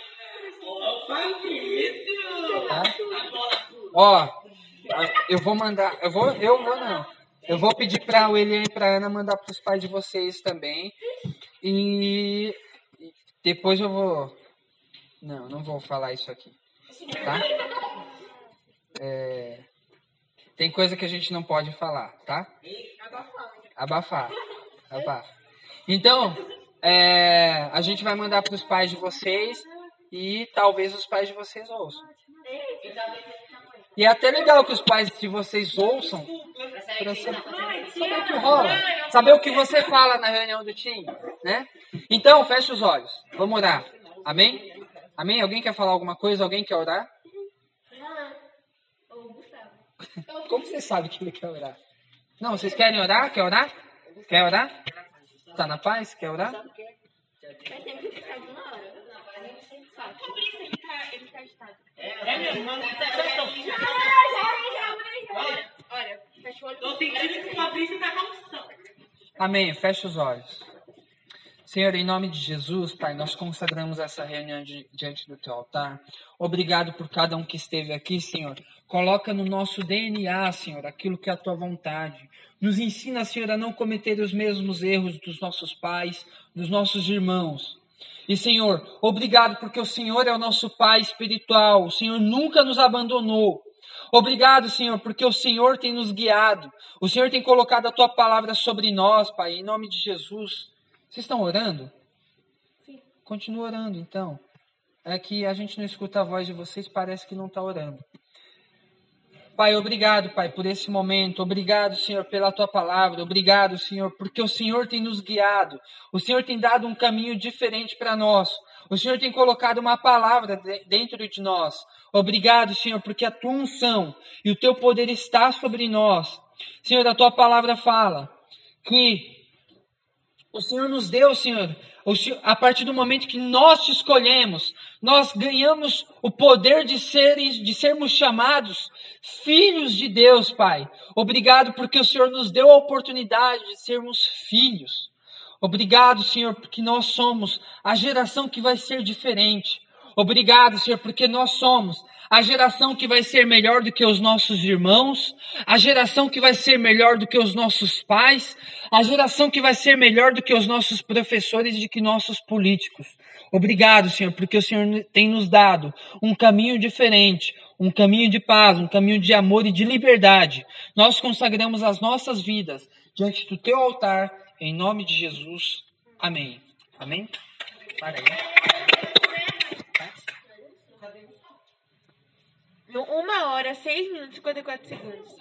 Tá? Ó, eu vou mandar, eu vou, eu vou não. Eu vou pedir para o Elian e para a Ana mandar para os pais de vocês também. E depois eu vou... Não, não vou falar isso aqui. Tá? É... Tem coisa que a gente não pode falar, tá? Abafar. Abafar. Então, é, a gente vai mandar para os pais de vocês e talvez os pais de vocês ouçam. E é até legal que os pais de vocês ouçam para saber o que rola, saber o que você fala na reunião do time, né? Então, fecha os olhos. Vamos orar. Amém? Amém? Alguém quer falar alguma coisa? Alguém quer orar? Como você sabe que ele quer orar? Não, vocês querem orar? Quer orar? Quer orar? Tá na paz? Quer orar? Mas sempre que sai de uma hora. Por isso ele tá, ele tá agitado. É mesmo, mano. Olha, olha, fecha o olho. Tô sentindo que o Fabrício tá com opção. Amém. Fecha os olhos. Senhor, em nome de Jesus, Pai, nós consagramos essa reunião di- diante do Teu altar. Obrigado por cada um que esteve aqui, Senhor. Coloca no nosso D N A, Senhor, aquilo que é a Tua vontade. Nos ensina, Senhor, a não cometer os mesmos erros dos nossos pais, dos nossos irmãos. E, Senhor, obrigado porque o Senhor é o nosso Pai espiritual. O Senhor nunca nos abandonou. Obrigado, Senhor, porque o Senhor tem nos guiado. O Senhor tem colocado a Tua palavra sobre nós, Pai, em nome de Jesus. Vocês estão orando? Sim. Continua orando, então. É que a gente não escuta a voz de vocês, parece que não está orando. Pai, obrigado, Pai, por esse momento. Obrigado, Senhor, pela Tua palavra. Obrigado, Senhor, porque o Senhor tem nos guiado. O Senhor tem dado um caminho diferente para nós. O Senhor tem colocado uma palavra de- dentro de nós. Obrigado, Senhor, porque a Tua unção e o Teu poder está sobre nós. Senhor, a Tua palavra fala que o Senhor nos deu, Senhor, o Senhor, a partir do momento que nós te escolhemos, nós ganhamos o poder de, ser, de sermos chamados filhos de Deus, Pai. Obrigado porque o Senhor nos deu a oportunidade de sermos filhos. Obrigado, Senhor, porque nós somos a geração que vai ser diferente. Obrigado, Senhor, porque nós somos a geração que vai ser melhor do que os nossos irmãos, a geração que vai ser melhor do que os nossos pais, a geração que vai ser melhor do que os nossos professores e do que nossos políticos. Obrigado, Senhor, porque o Senhor tem nos dado um caminho diferente, um caminho de paz, um caminho de amor e de liberdade. Nós consagramos as nossas vidas diante do Teu altar, em nome de Jesus. Amém. Amém? Para aí. Uma hora, seis minutos e cinquenta e quatro segundos.